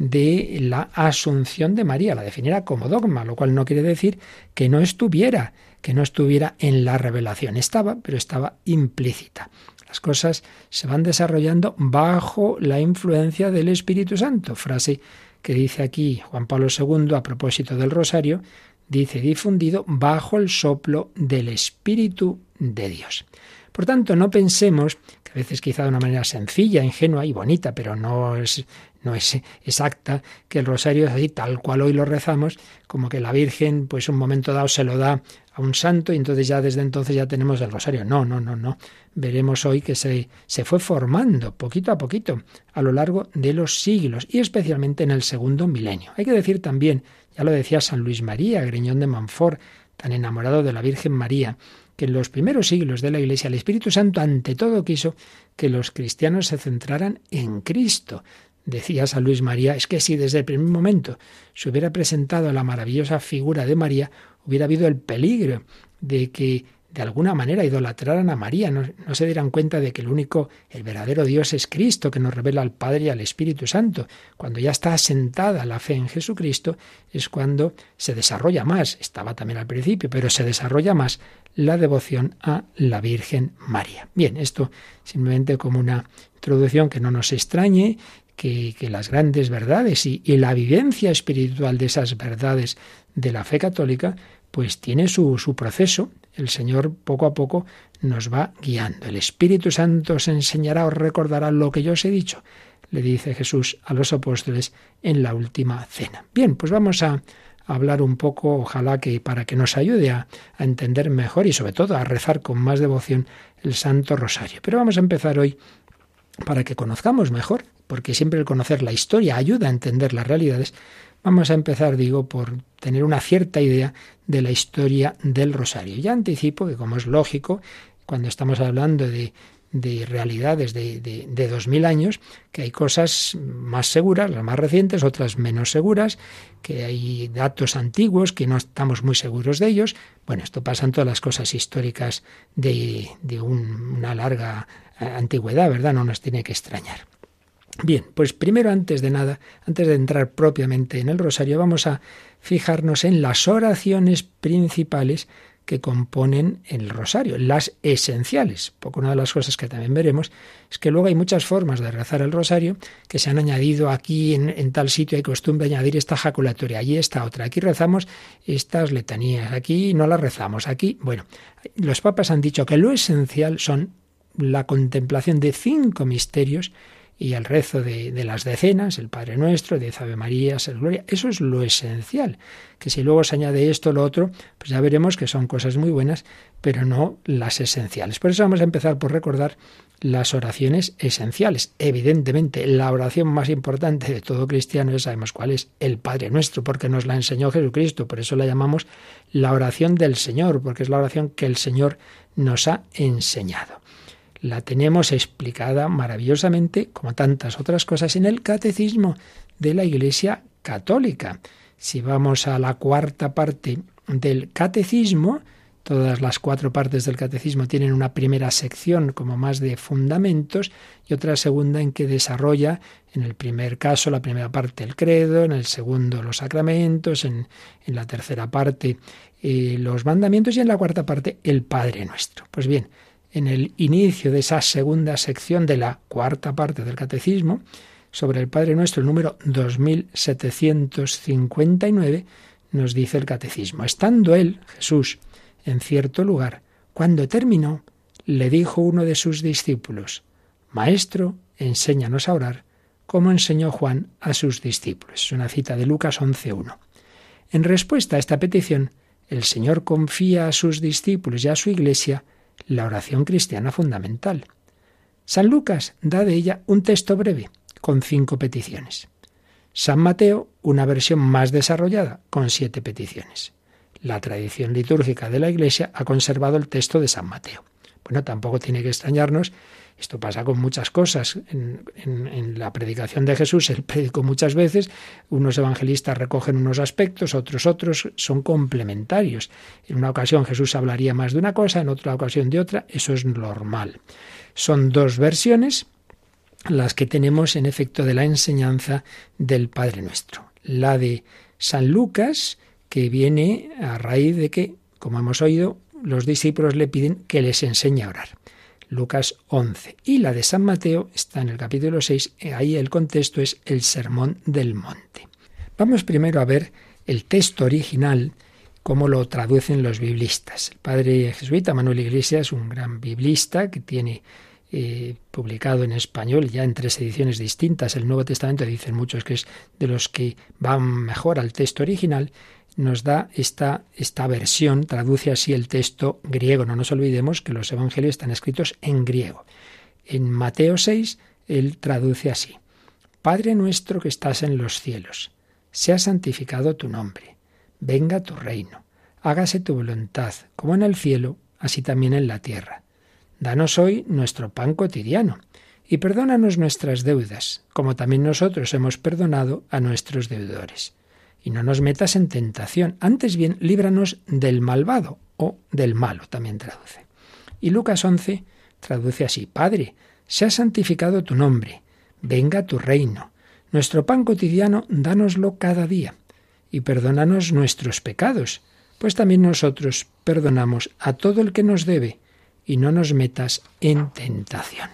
de la Asunción de María, la definiera como dogma, lo cual no quiere decir que no estuviera, que no estuviera en la revelación. Estaba, pero estaba implícita. Las cosas se van desarrollando bajo la influencia del Espíritu Santo, frase que dice aquí Juan Pablo segundo a propósito del rosario, dice difundido bajo el soplo del Espíritu de Dios. Por tanto, no pensemos, que a veces quizá de una manera sencilla, ingenua y bonita, pero no es, no es exacta, que el rosario es así tal cual hoy lo rezamos, como que la Virgen pues un momento dado se lo da a un santo y entonces ya desde entonces ya tenemos el rosario. No, no, no, no. Veremos hoy que se, se fue formando poquito a poquito a lo largo de los siglos y especialmente en el segundo milenio. Hay que decir también, ya lo decía San Luis María, Griñón de Montfort, tan enamorado de la Virgen María, que en los primeros siglos de la Iglesia el Espíritu Santo ante todo quiso que los cristianos se centraran en Cristo. Decía San Luis María, es que si desde el primer momento se hubiera presentado la maravillosa figura de María, hubiera habido el peligro de que de alguna manera idolatraran a María, no, no se dieran cuenta de que el único, el verdadero Dios es Cristo, que nos revela al Padre y al Espíritu Santo. Cuando ya está asentada la fe en Jesucristo, es cuando se desarrolla más, estaba también al principio, pero se desarrolla más la devoción a la Virgen María. Bien, esto simplemente como una introducción que no nos extrañe, que, que las grandes verdades y, y la vivencia espiritual de esas verdades de la fe católica, pues tiene su, su proceso. El Señor poco a poco nos va guiando. El Espíritu Santo os enseñará, os recordará lo que yo os he dicho, le dice Jesús a los apóstoles en la última cena. Bien, pues vamos a hablar un poco, ojalá que para que nos ayude a, a entender mejor y sobre todo a rezar con más devoción el Santo Rosario. Pero vamos a empezar hoy para que conozcamos mejor, porque siempre el conocer la historia ayuda a entender las realidades. Vamos a empezar, digo, por tener una cierta idea de la historia del Rosario. Ya anticipo que, como es lógico, cuando estamos hablando de, de realidades de, de, de dos mil años, que hay cosas más seguras, las más recientes, otras menos seguras, que hay datos antiguos que no estamos muy seguros de ellos. Bueno, esto pasa en todas las cosas históricas de, de un, una larga antigüedad, ¿verdad? No nos tiene que extrañar. Bien, pues primero, antes de nada, antes de entrar propiamente en el rosario, vamos a fijarnos en las oraciones principales que componen el rosario, las esenciales. Porque una de las cosas que también veremos es que luego hay muchas formas de rezar el rosario que se han añadido aquí en, en tal sitio, hay costumbre de añadir esta jaculatoria, allí esta otra, aquí rezamos estas letanías, aquí no las rezamos, aquí, bueno, los papas han dicho que lo esencial son la contemplación de cinco misterios y el rezo de, de las decenas, el Padre Nuestro, diez Ave Marías, el Gloria, eso es lo esencial. Que si luego se añade esto o lo otro, pues ya veremos que son cosas muy buenas, pero no las esenciales. Por eso vamos a empezar por recordar las oraciones esenciales. Evidentemente, la oración más importante de todo cristiano, ya sabemos cuál es, el Padre Nuestro, porque nos la enseñó Jesucristo, por eso la llamamos la oración del Señor, porque es la oración que el Señor nos ha enseñado. La tenemos explicada maravillosamente, como tantas otras cosas, en el Catecismo de la Iglesia Católica. Si vamos a la cuarta parte del Catecismo, todas las cuatro partes del Catecismo tienen una primera sección como más de fundamentos y otra segunda en que desarrolla, en el primer caso, la primera parte el credo, en el segundo los sacramentos, en, en la tercera parte eh, los mandamientos y en la cuarta parte el Padre Nuestro. Pues bien, en el inicio de esa segunda sección de la cuarta parte del Catecismo, sobre el Padre Nuestro, el número dos mil setecientos cincuenta y nueve, nos dice el Catecismo: estando él, Jesús, en cierto lugar, cuando terminó, le dijo uno de sus discípulos: Maestro, enséñanos a orar, como enseñó Juan a sus discípulos. Es una cita de Lucas once uno. En respuesta a esta petición, el Señor confía a sus discípulos y a su Iglesia la oración cristiana fundamental. San Lucas da de ella un texto breve, con cinco peticiones. San Mateo, una versión más desarrollada, con siete peticiones. La tradición litúrgica de la Iglesia ha conservado el texto de San Mateo. Bueno, tampoco tiene que extrañarnos Esto pasa con muchas cosas. En, en, en la predicación de Jesús, él predicó muchas veces, unos evangelistas recogen unos aspectos, otros otros, son complementarios. En una ocasión Jesús hablaría más de una cosa, en otra ocasión de otra, eso es normal. Son dos versiones las que tenemos en efecto de la enseñanza del Padre Nuestro. La de San Lucas, que viene a raíz de que, como hemos oído, los discípulos le piden que les enseñe a orar. Lucas once. Y la de San Mateo está en el capítulo seis, ahí el contexto es el Sermón del Monte. Vamos primero a ver el texto original, cómo lo traducen los biblistas. El padre jesuita Manuel Iglesias, un gran biblista que tiene eh, publicado en español ya en tres ediciones distintas el Nuevo Testamento, dicen muchos que es de los que van mejor al texto original, nos da esta, esta versión, traduce así el texto griego. No nos olvidemos que los evangelios están escritos en griego. En Mateo seis, él traduce así: Padre nuestro que estás en los cielos, sea santificado tu nombre, venga tu reino, hágase tu voluntad, como en el cielo, así también en la tierra. Danos hoy nuestro pan cotidiano, y perdónanos nuestras deudas, como también nosotros hemos perdonado a nuestros deudores. Y no nos metas en tentación, antes bien líbranos del malvado, o del malo también traduce. Y Lucas once traduce así: Padre, sea santificado tu nombre, venga tu reino, nuestro pan cotidiano dánoslo cada día, y perdónanos nuestros pecados, pues también nosotros perdonamos a todo el que nos debe, y no nos metas en tentación.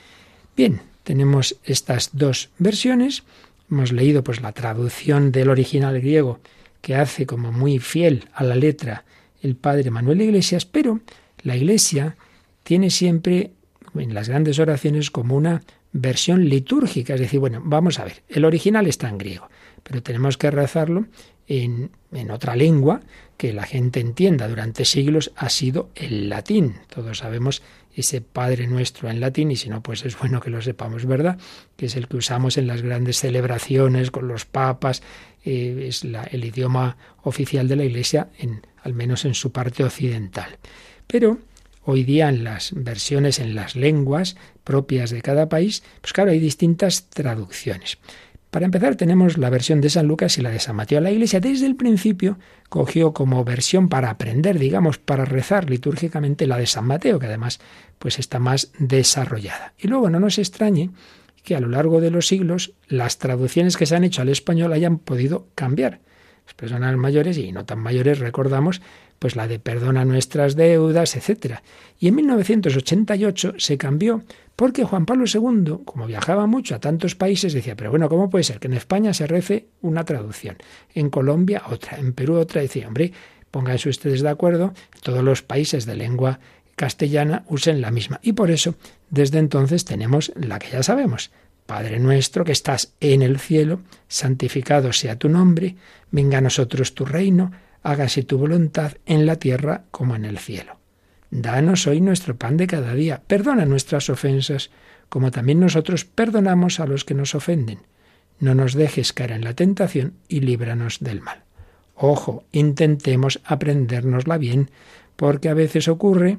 Bien, tenemos estas dos versiones. Hemos leído pues la traducción del original griego que hace como muy fiel a la letra el padre Manuel Iglesias, pero la Iglesia tiene siempre en las grandes oraciones como una versión litúrgica, es decir, bueno, vamos a ver, el original está en griego, pero tenemos que rezarlo en, en otra lengua que la gente entienda. Durante siglos ha sido el latín. Todos sabemos ese Padre Nuestro en latín, y si no, pues es bueno que lo sepamos, ¿verdad? Que es el que usamos en las grandes celebraciones con los papas, eh, es la, el idioma oficial de la Iglesia, en, al menos en su parte occidental. Pero hoy día en las versiones, en las lenguas propias de cada país, pues claro, hay distintas traducciones. Para empezar tenemos la versión de San Lucas y la de San Mateo. La Iglesia desde el principio cogió como versión para aprender, digamos, para rezar litúrgicamente la de San Mateo, que además pues está más desarrollada. Y luego no nos extrañe que a lo largo de los siglos las traducciones que se han hecho al español hayan podido cambiar. Las personas mayores y no tan mayores recordamos pues la de perdona nuestras deudas, etcétera. Y en mil novecientos ochenta y ocho se cambió porque Juan Pablo segundo, como viajaba mucho a tantos países, decía, pero bueno, ¿cómo puede ser que en España se rece una traducción, en Colombia otra, en Perú otra? Decía, hombre, pónganse ustedes de acuerdo, todos los países de lengua castellana usen la misma. Y por eso, desde entonces tenemos la que ya sabemos: Padre nuestro que estás en el cielo, santificado sea tu nombre, venga a nosotros tu reino, hágase tu voluntad en la tierra como en el cielo. Danos hoy nuestro pan de cada día, perdona nuestras ofensas, como también nosotros perdonamos a los que nos ofenden. No nos dejes caer en la tentación y líbranos del mal. Ojo, intentemos aprendérnosla bien, porque a veces ocurre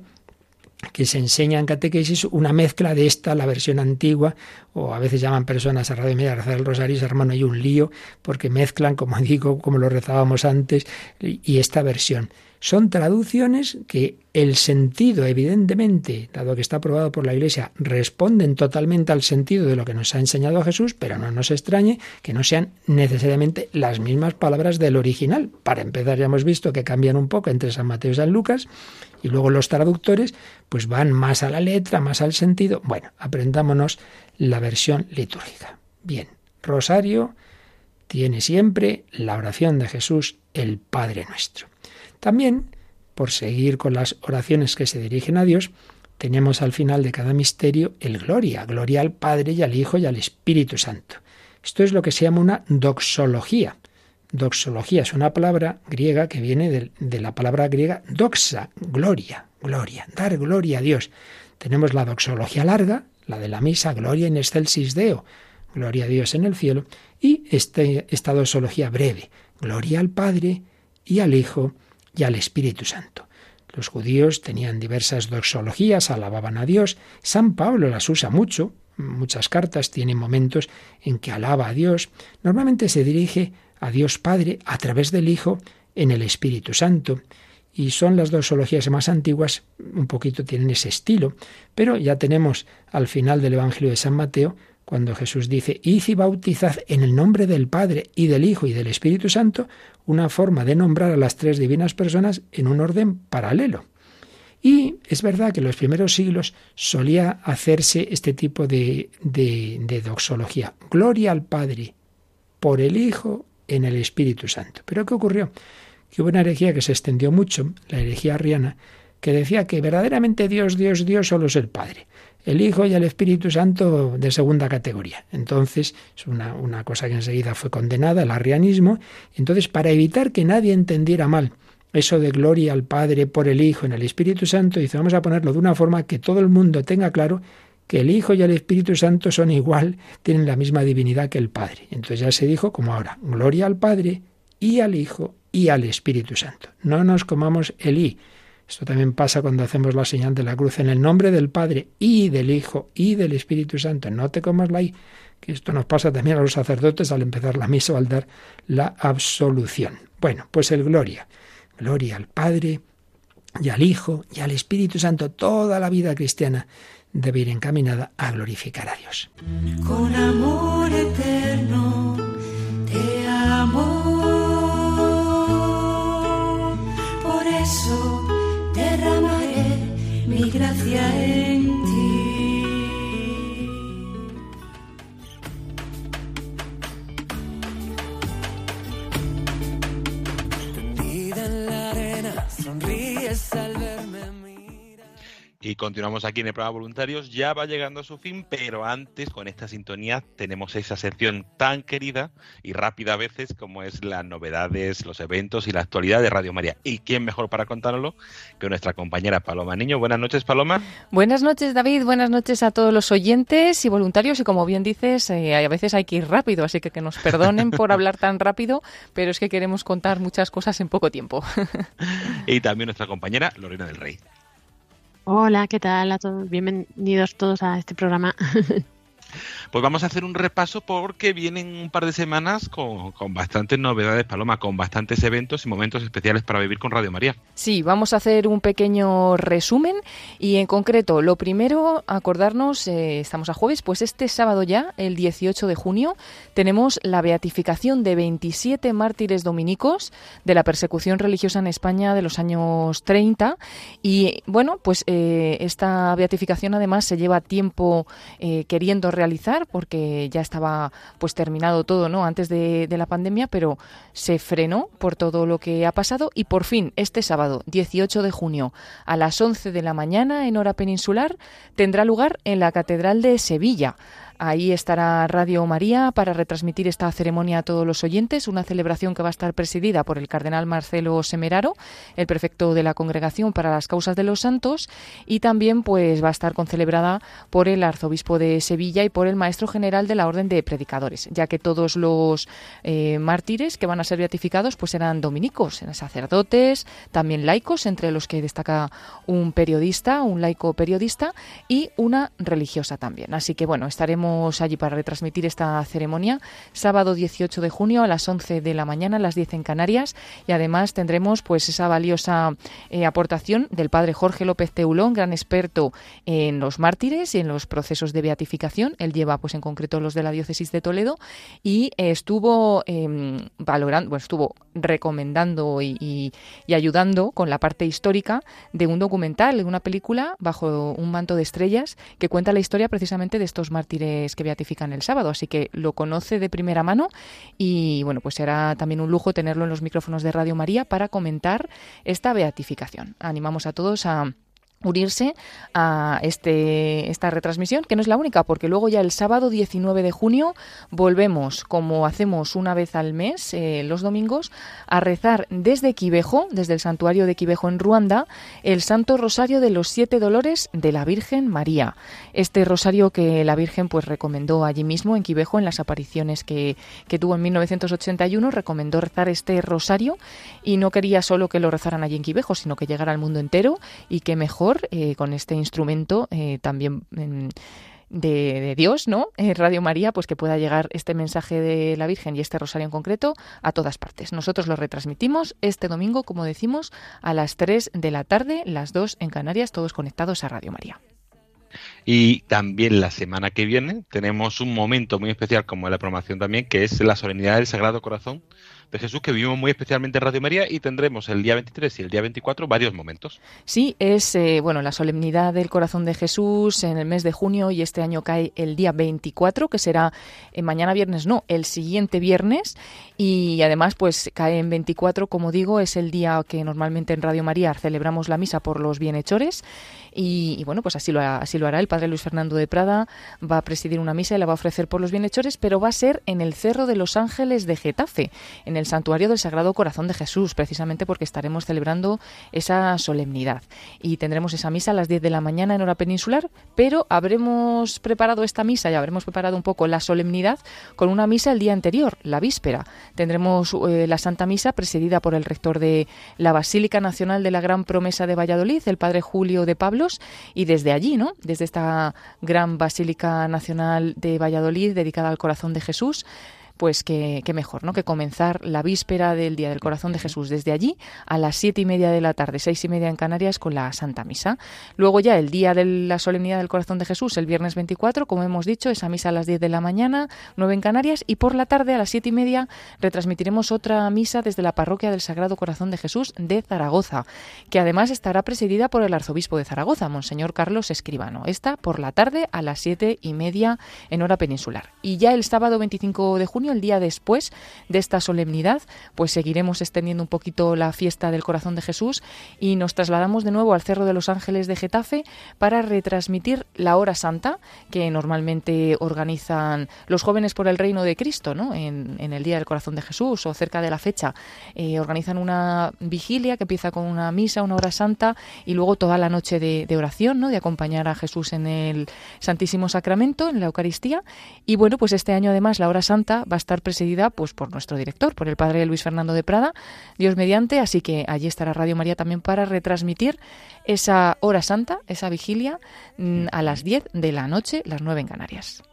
que se enseña en catequesis una mezcla de esta, la versión antigua, o a veces llaman personas a Radio María a rezar el rosario, y hermano, hay un lío, porque mezclan, como digo, como lo rezábamos antes, y esta versión. Son traducciones que el sentido, evidentemente, dado que está aprobado por la Iglesia, responden totalmente al sentido de lo que nos ha enseñado Jesús, pero no nos extrañe que no sean necesariamente las mismas palabras del original. Para empezar, ya hemos visto que cambian un poco entre San Mateo y San Lucas, y luego los traductores pues van más a la letra, más al sentido. Bueno, aprendámonos la versión litúrgica. Bien, rosario tiene siempre la oración de Jesús, el Padre Nuestro. También, por seguir con las oraciones que se dirigen a Dios, tenemos al final de cada misterio el Gloria, Gloria al Padre y al Hijo y al Espíritu Santo. Esto es lo que se llama una doxología. Doxología es una palabra griega que viene de, de la palabra griega doxa, gloria, gloria, dar gloria a Dios. Tenemos la doxología larga, la de la misa, Gloria in excelsis Deo, gloria a Dios en el cielo, y este, esta doxología breve, Gloria al Padre y al Hijo y al Espíritu Santo. Los judíos tenían diversas doxologías, alababan a Dios. San Pablo las usa mucho. Muchas cartas tienen momentos en que alaba a Dios. Normalmente se dirige a Dios Padre a través del Hijo en el Espíritu Santo. Y son las doxologías más antiguas, un poquito tienen ese estilo. Pero ya tenemos al final del Evangelio de San Mateo, cuando Jesús dice, id y bautizad en el nombre del Padre y del Hijo y del Espíritu Santo, una forma de nombrar a las tres divinas personas en un orden paralelo. Y es verdad que en los primeros siglos solía hacerse este tipo de, de, de doxología. Gloria al Padre, por el Hijo, en el Espíritu Santo. ¿Pero qué ocurrió? Que hubo una herejía que se extendió mucho, la herejía arriana, que decía que verdaderamente Dios, Dios, Dios solo es el Padre. El Hijo y el Espíritu Santo de segunda categoría. Entonces, es una, una cosa que enseguida fue condenada, el arrianismo. Entonces, para evitar que nadie entendiera mal eso de gloria al Padre por el Hijo en el Espíritu Santo, dice, vamos a ponerlo de una forma que todo el mundo tenga claro que el Hijo y el Espíritu Santo son igual, tienen la misma divinidad que el Padre. Entonces ya se dijo como ahora, gloria al Padre y al Hijo y al Espíritu Santo. No nos comamos el I. Esto también pasa cuando hacemos la señal de la cruz en el nombre del Padre y del Hijo y del Espíritu Santo. No te comas la I, que esto nos pasa también a los sacerdotes al empezar la misa o al dar la absolución. Bueno, pues el gloria. Gloria al Padre y al Hijo y al Espíritu Santo. Toda la vida cristiana debe ir encaminada a glorificar a Dios. Con amor eterno te amo. Por eso derramaré mi gracia en ti. Tendida en la arena, sonríes al verme. Y continuamos aquí en el programa Voluntarios. Ya va llegando a su fin, pero antes, con esta sintonía, tenemos esa sección tan querida y rápida a veces como es las novedades, los eventos y la actualidad de Radio María. ¿Y quién mejor para contárnoslo que nuestra compañera Paloma Niño? Buenas noches, Paloma. Buenas noches, David. Buenas noches a todos los oyentes y voluntarios. Y como bien dices, eh, a veces hay que ir rápido, así que que nos perdonen por hablar tan rápido, pero es que queremos contar muchas cosas en poco tiempo. Y también nuestra compañera Lorena del Rey. Hola, ¿qué tal a todos? Bienvenidos todos a este programa. Pues vamos a hacer un repaso porque vienen un par de semanas con, con bastantes novedades, Paloma, con bastantes eventos y momentos especiales para vivir con Radio María. Sí, vamos a hacer un pequeño resumen y en concreto, lo primero, acordarnos, eh, estamos a jueves, pues este sábado ya, el dieciocho de junio, tenemos la beatificación de veintisiete mártires dominicos de la persecución religiosa en España de los años treinta y bueno, pues eh, esta beatificación además se lleva tiempo eh, queriendo realizar realizar porque ya estaba pues terminado todo, ¿no? Antes de, de la pandemia, pero se frenó por todo lo que ha pasado y por fin este sábado dieciocho de junio a las once de la mañana en hora peninsular tendrá lugar en la Catedral de Sevilla. Ahí estará Radio María para retransmitir esta ceremonia a todos los oyentes, una celebración que va a estar presidida por el cardenal Marcelo Semeraro, el prefecto de la Congregación para las Causas de los Santos, y también pues va a estar concelebrada por el arzobispo de Sevilla y por el maestro general de la Orden de Predicadores, ya que todos los eh, mártires que van a ser beatificados pues eran dominicos, eran sacerdotes, también laicos, entre los que destaca un periodista, un laico periodista y una religiosa también. Así que bueno, estaremos allí para retransmitir esta ceremonia sábado dieciocho de junio a las once de la mañana, a las diez en Canarias, y además tendremos pues esa valiosa eh, aportación del padre Jorge López Teulón, gran experto en los mártires y en los procesos de beatificación. Él lleva pues en concreto los de la diócesis de Toledo y eh, estuvo eh, valorando, bueno, estuvo recomendando y, y, y ayudando con la parte histórica de un documental, de una película Bajo un manto de estrellas, que cuenta la historia precisamente de estos mártires que beatifican el sábado, así que lo conoce de primera mano y bueno, pues será también un lujo tenerlo en los micrófonos de Radio María para comentar esta beatificación. Animamos a todos a unirse a este esta retransmisión, que no es la única, porque luego ya el sábado diecinueve de junio volvemos, como hacemos una vez al mes, eh, los domingos, a rezar desde Quivejo, desde el santuario de Quivejo en Ruanda, el Santo Rosario de los Siete Dolores de la Virgen María. Este rosario que la Virgen pues recomendó allí mismo en Quivejo, en las apariciones que, que tuvo en mil novecientos ochenta y uno, recomendó rezar este rosario y no quería solo que lo rezaran allí en Quivejo, sino que llegara al mundo entero, y que mejor Eh, con este instrumento eh, también eh, de, de Dios, ¿no? Eh, Radio María, pues que pueda llegar este mensaje de la Virgen y este rosario en concreto a todas partes. Nosotros lo retransmitimos este domingo, como decimos, a las tres de la tarde, las dos en Canarias, todos conectados a Radio María. Y también la semana que viene tenemos un momento muy especial, como en la programación también, que es la solemnidad del Sagrado Corazón de Jesús, que vivimos muy especialmente en Radio María, y tendremos el día veintitrés y el día veinticuatro varios momentos. Sí, es eh, bueno la solemnidad del Corazón de Jesús en el mes de junio, y este año cae el día veinticuatro, que será eh, mañana viernes, no, el siguiente viernes, y además pues cae en veinticuatro, como digo, es el día que normalmente en Radio María celebramos la misa por los bienhechores, y, y bueno, pues así lo, así lo hará el Padre Luis Fernando de Prada, va a presidir una misa y la va a ofrecer por los bienhechores, pero va a ser en el Cerro de los Ángeles de Getafe, en el Santuario del Sagrado Corazón de Jesús, precisamente porque estaremos celebrando esa solemnidad. Y tendremos esa misa a las diez de la mañana en hora peninsular, pero habremos preparado esta misa y habremos preparado un poco la solemnidad con una misa el día anterior, la víspera. Tendremos eh, la Santa Misa presidida por el rector de la Basílica Nacional de la Gran Promesa de Valladolid, el Padre Julio de Pablos, y desde allí, ¿no? Desde esta gran Basílica Nacional de Valladolid dedicada al Corazón de Jesús, pues que, que mejor, ¿no? Que comenzar la víspera del Día del Corazón de Jesús desde allí a las siete y media de la tarde, seis y media en Canarias, con la Santa Misa. Luego ya el día de la solemnidad del Corazón de Jesús, el viernes veinticuatro, como hemos dicho, esa misa a las diez de la mañana, nueve en Canarias, y por la tarde a las siete y media retransmitiremos otra misa desde la Parroquia del Sagrado Corazón de Jesús de Zaragoza, que además estará presidida por el arzobispo de Zaragoza, Monseñor Carlos Escribano. Esta por la tarde a las siete y media en hora peninsular. Y ya el sábado veinticinco de junio, el día después de esta solemnidad, pues seguiremos extendiendo un poquito la fiesta del Corazón de Jesús y nos trasladamos de nuevo al Cerro de los Ángeles de Getafe para retransmitir la Hora Santa, que normalmente organizan los Jóvenes por el Reino de Cristo, ¿no? En, en el Día del Corazón de Jesús o cerca de la fecha. Eh, organizan una vigilia que empieza con una misa, una Hora Santa, y luego toda la noche de, de oración, ¿no? De acompañar a Jesús en el Santísimo Sacramento, en la Eucaristía. Y bueno, pues este año además la Hora Santa va a estar presidida pues por nuestro director, por el Padre Luis Fernando de Prada, Dios mediante, así que allí estará Radio María también para retransmitir esa Hora Santa, esa vigilia, a las diez de la noche, las nueve en Canarias.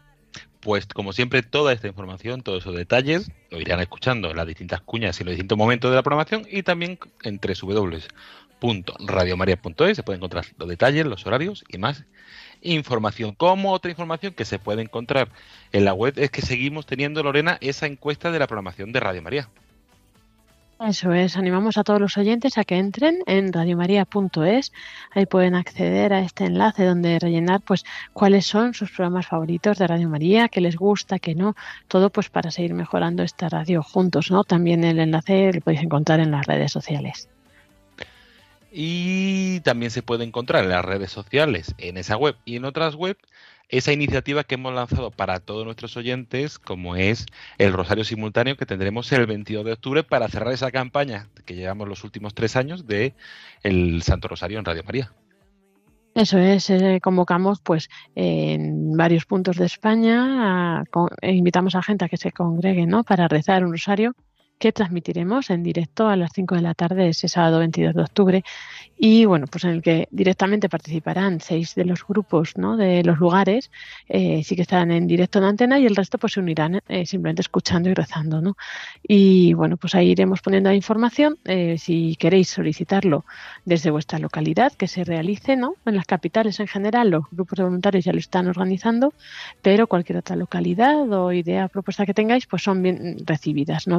Pues como siempre, toda esta información, todos esos detalles, lo irán escuchando en las distintas cuñas y en los distintos momentos de la programación, y también en doble u doble u doble u punto radio maría punto es se pueden encontrar los detalles, los horarios y más información. Como otra información que se puede encontrar en la web es que seguimos teniendo, Lorena, esa encuesta de la programación de Radio María. Eso es, animamos a todos los oyentes a que entren en radio maría punto es, ahí pueden acceder a este enlace donde rellenar pues cuáles son sus programas favoritos de Radio María, qué les gusta, qué no, todo pues para seguir mejorando esta radio juntos, ¿no? También el enlace lo podéis encontrar en las redes sociales. Y también se puede encontrar en las redes sociales, en esa web y en otras web, esa iniciativa que hemos lanzado para todos nuestros oyentes, como es el Rosario Simultáneo, que tendremos el veintidós de octubre para cerrar esa campaña que llevamos los últimos tres años de el Santo Rosario en Radio María. Eso es, eh, convocamos pues en varios puntos de España, a, con, e invitamos a gente a que se congregue, ¿no? Para rezar un rosario que transmitiremos en directo a las cinco de la tarde ese sábado veintidós de octubre, y bueno, pues en el que directamente participarán seis de los grupos, ¿no? De los lugares, eh, sí que estarán en directo en antena, y el resto pues se unirán eh, simplemente escuchando y rezando, ¿no? Y bueno, pues ahí iremos poniendo la información, eh, si queréis solicitarlo desde vuestra localidad, que se realice, ¿no? En las capitales en general los grupos de voluntarios ya lo están organizando, pero cualquier otra localidad o idea, propuesta que tengáis, pues son bien recibidas, ¿no? Podéis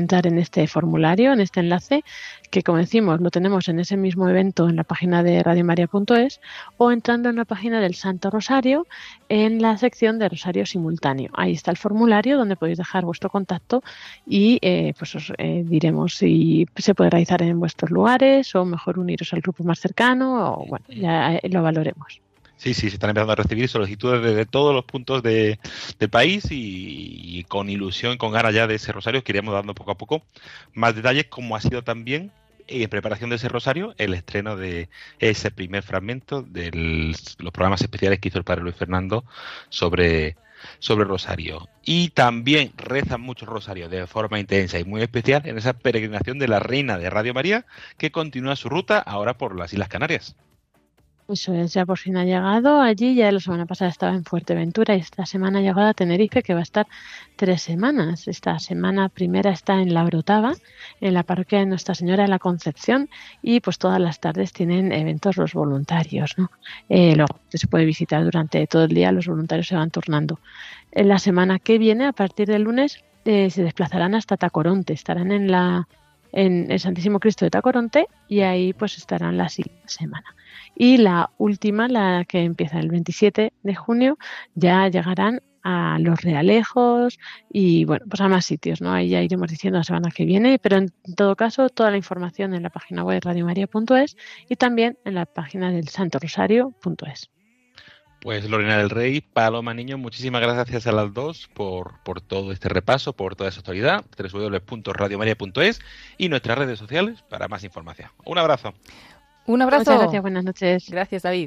entrar en este formulario, en este enlace, que como decimos lo tenemos en ese mismo evento en la página de radio maría punto es o entrando en la página del Santo Rosario en la sección de Rosario Simultáneo. Ahí está el formulario donde podéis dejar vuestro contacto y eh, pues os eh, diremos si se puede realizar en vuestros lugares o mejor uniros al grupo más cercano o bueno, ya lo valoremos. Sí, sí, se están empezando a recibir solicitudes desde todos los puntos de, del país y, y con ilusión, con ganas ya de ese rosario, que iremos dando poco a poco más detalles, como ha sido también en preparación de ese rosario el estreno de ese primer fragmento de los programas especiales que hizo el padre Luis Fernando sobre, sobre rosario. Y también rezan muchos rosarios de forma intensa y muy especial en esa peregrinación de la Reina de Radio María, que continúa su ruta ahora por las Islas Canarias. Eso es, ya por fin ha llegado allí, ya la semana pasada estaba en Fuerteventura y esta semana ha llegado a Tenerife, que va a estar tres semanas. Esta semana primera está en La Orotava, en la parroquia de Nuestra Señora de la Concepción, y pues todas las tardes tienen eventos los voluntarios, ¿no? Eh, luego se puede visitar durante todo el día, los voluntarios se van turnando. En la semana que viene, a partir del lunes, eh, se desplazarán hasta Tacoronte, estarán en la en el Santísimo Cristo de Tacoronte y ahí pues estarán la siguiente semana. Y la última, la que empieza el veintisiete de junio, ya llegarán a Los Realejos y bueno, pues a más sitios, ¿no? Ahí ya iremos diciendo la semana que viene, pero en todo caso toda la información en la página web radio maría punto es y también en la página del santo rosario punto es. Pues Lorena del Rey, Paloma Niño, muchísimas gracias a las dos por, por todo este repaso, por toda esa actualidad. doble u doble u doble u punto radio maría punto es y nuestras redes sociales para más información. Un abrazo. Un abrazo. Muchas gracias, buenas noches. Gracias, David.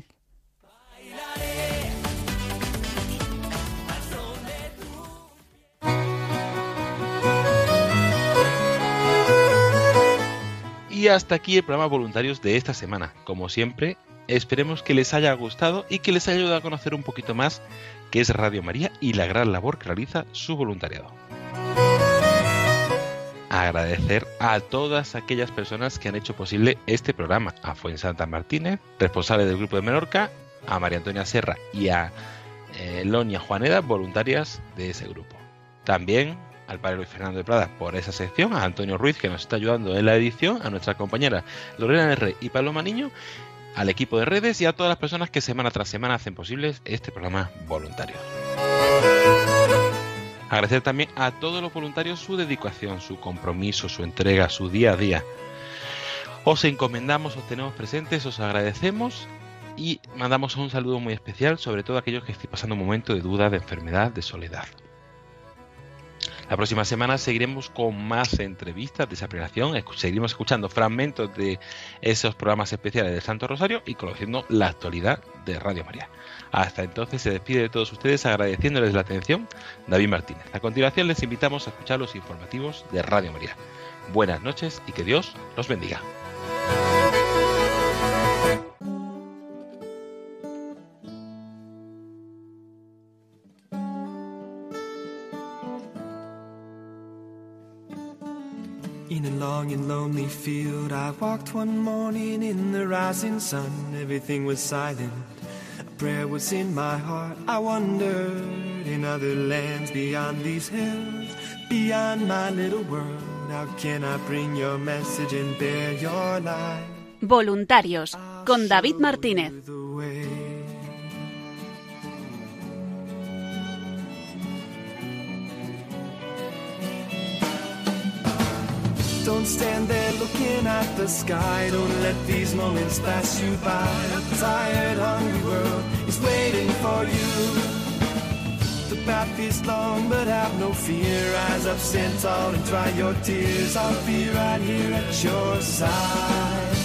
Y hasta aquí el programa Voluntarios de esta semana. Como siempre, esperemos que les haya gustado y que les haya ayudado a conocer un poquito más qué es Radio María y la gran labor que realiza su voluntariado. Agradecer a todas aquellas personas que han hecho posible este programa, a Fuensanta Martínez, responsable del Grupo de Menorca, a María Antonia Serra y a eh, Loña Juaneda, voluntarias de ese grupo. También al padre Luis Fernando de Prada por esa sección, a Antonio Ruiz, que nos está ayudando en la edición, a nuestra compañera Lorena del Rey y Paloma Niño, al equipo de redes y a todas las personas que semana tras semana hacen posibles este programa voluntario. Agradecer también a todos los voluntarios su dedicación, su compromiso, su entrega, su día a día. Os encomendamos, os tenemos presentes, os agradecemos y mandamos un saludo muy especial, sobre todo a aquellos que estén pasando un momento de duda, de enfermedad, de soledad. La próxima semana seguiremos con más entrevistas de esa preparación, seguiremos escuchando fragmentos de esos programas especiales del Santo Rosario y conociendo la actualidad de Radio María. Hasta entonces se despide de todos ustedes agradeciéndoles la atención David Martínez. A continuación les invitamos a escuchar los informativos de Radio María. Buenas noches y que Dios los bendiga. In a long and lonely field I walked one morning in the rising sun. Everything was silent, a prayer was in my heart. I wondered, in other lands beyond these hills, beyond my little world, how can I bring your message and bear your light? Voluntarios, con David Martínez. Don't stand there looking at the sky. Don't let these moments pass you by. A tired, hungry world is waiting for you. The path is long, but have no fear. Rise up, stand tall, and dry your tears. I'll be right here at your side.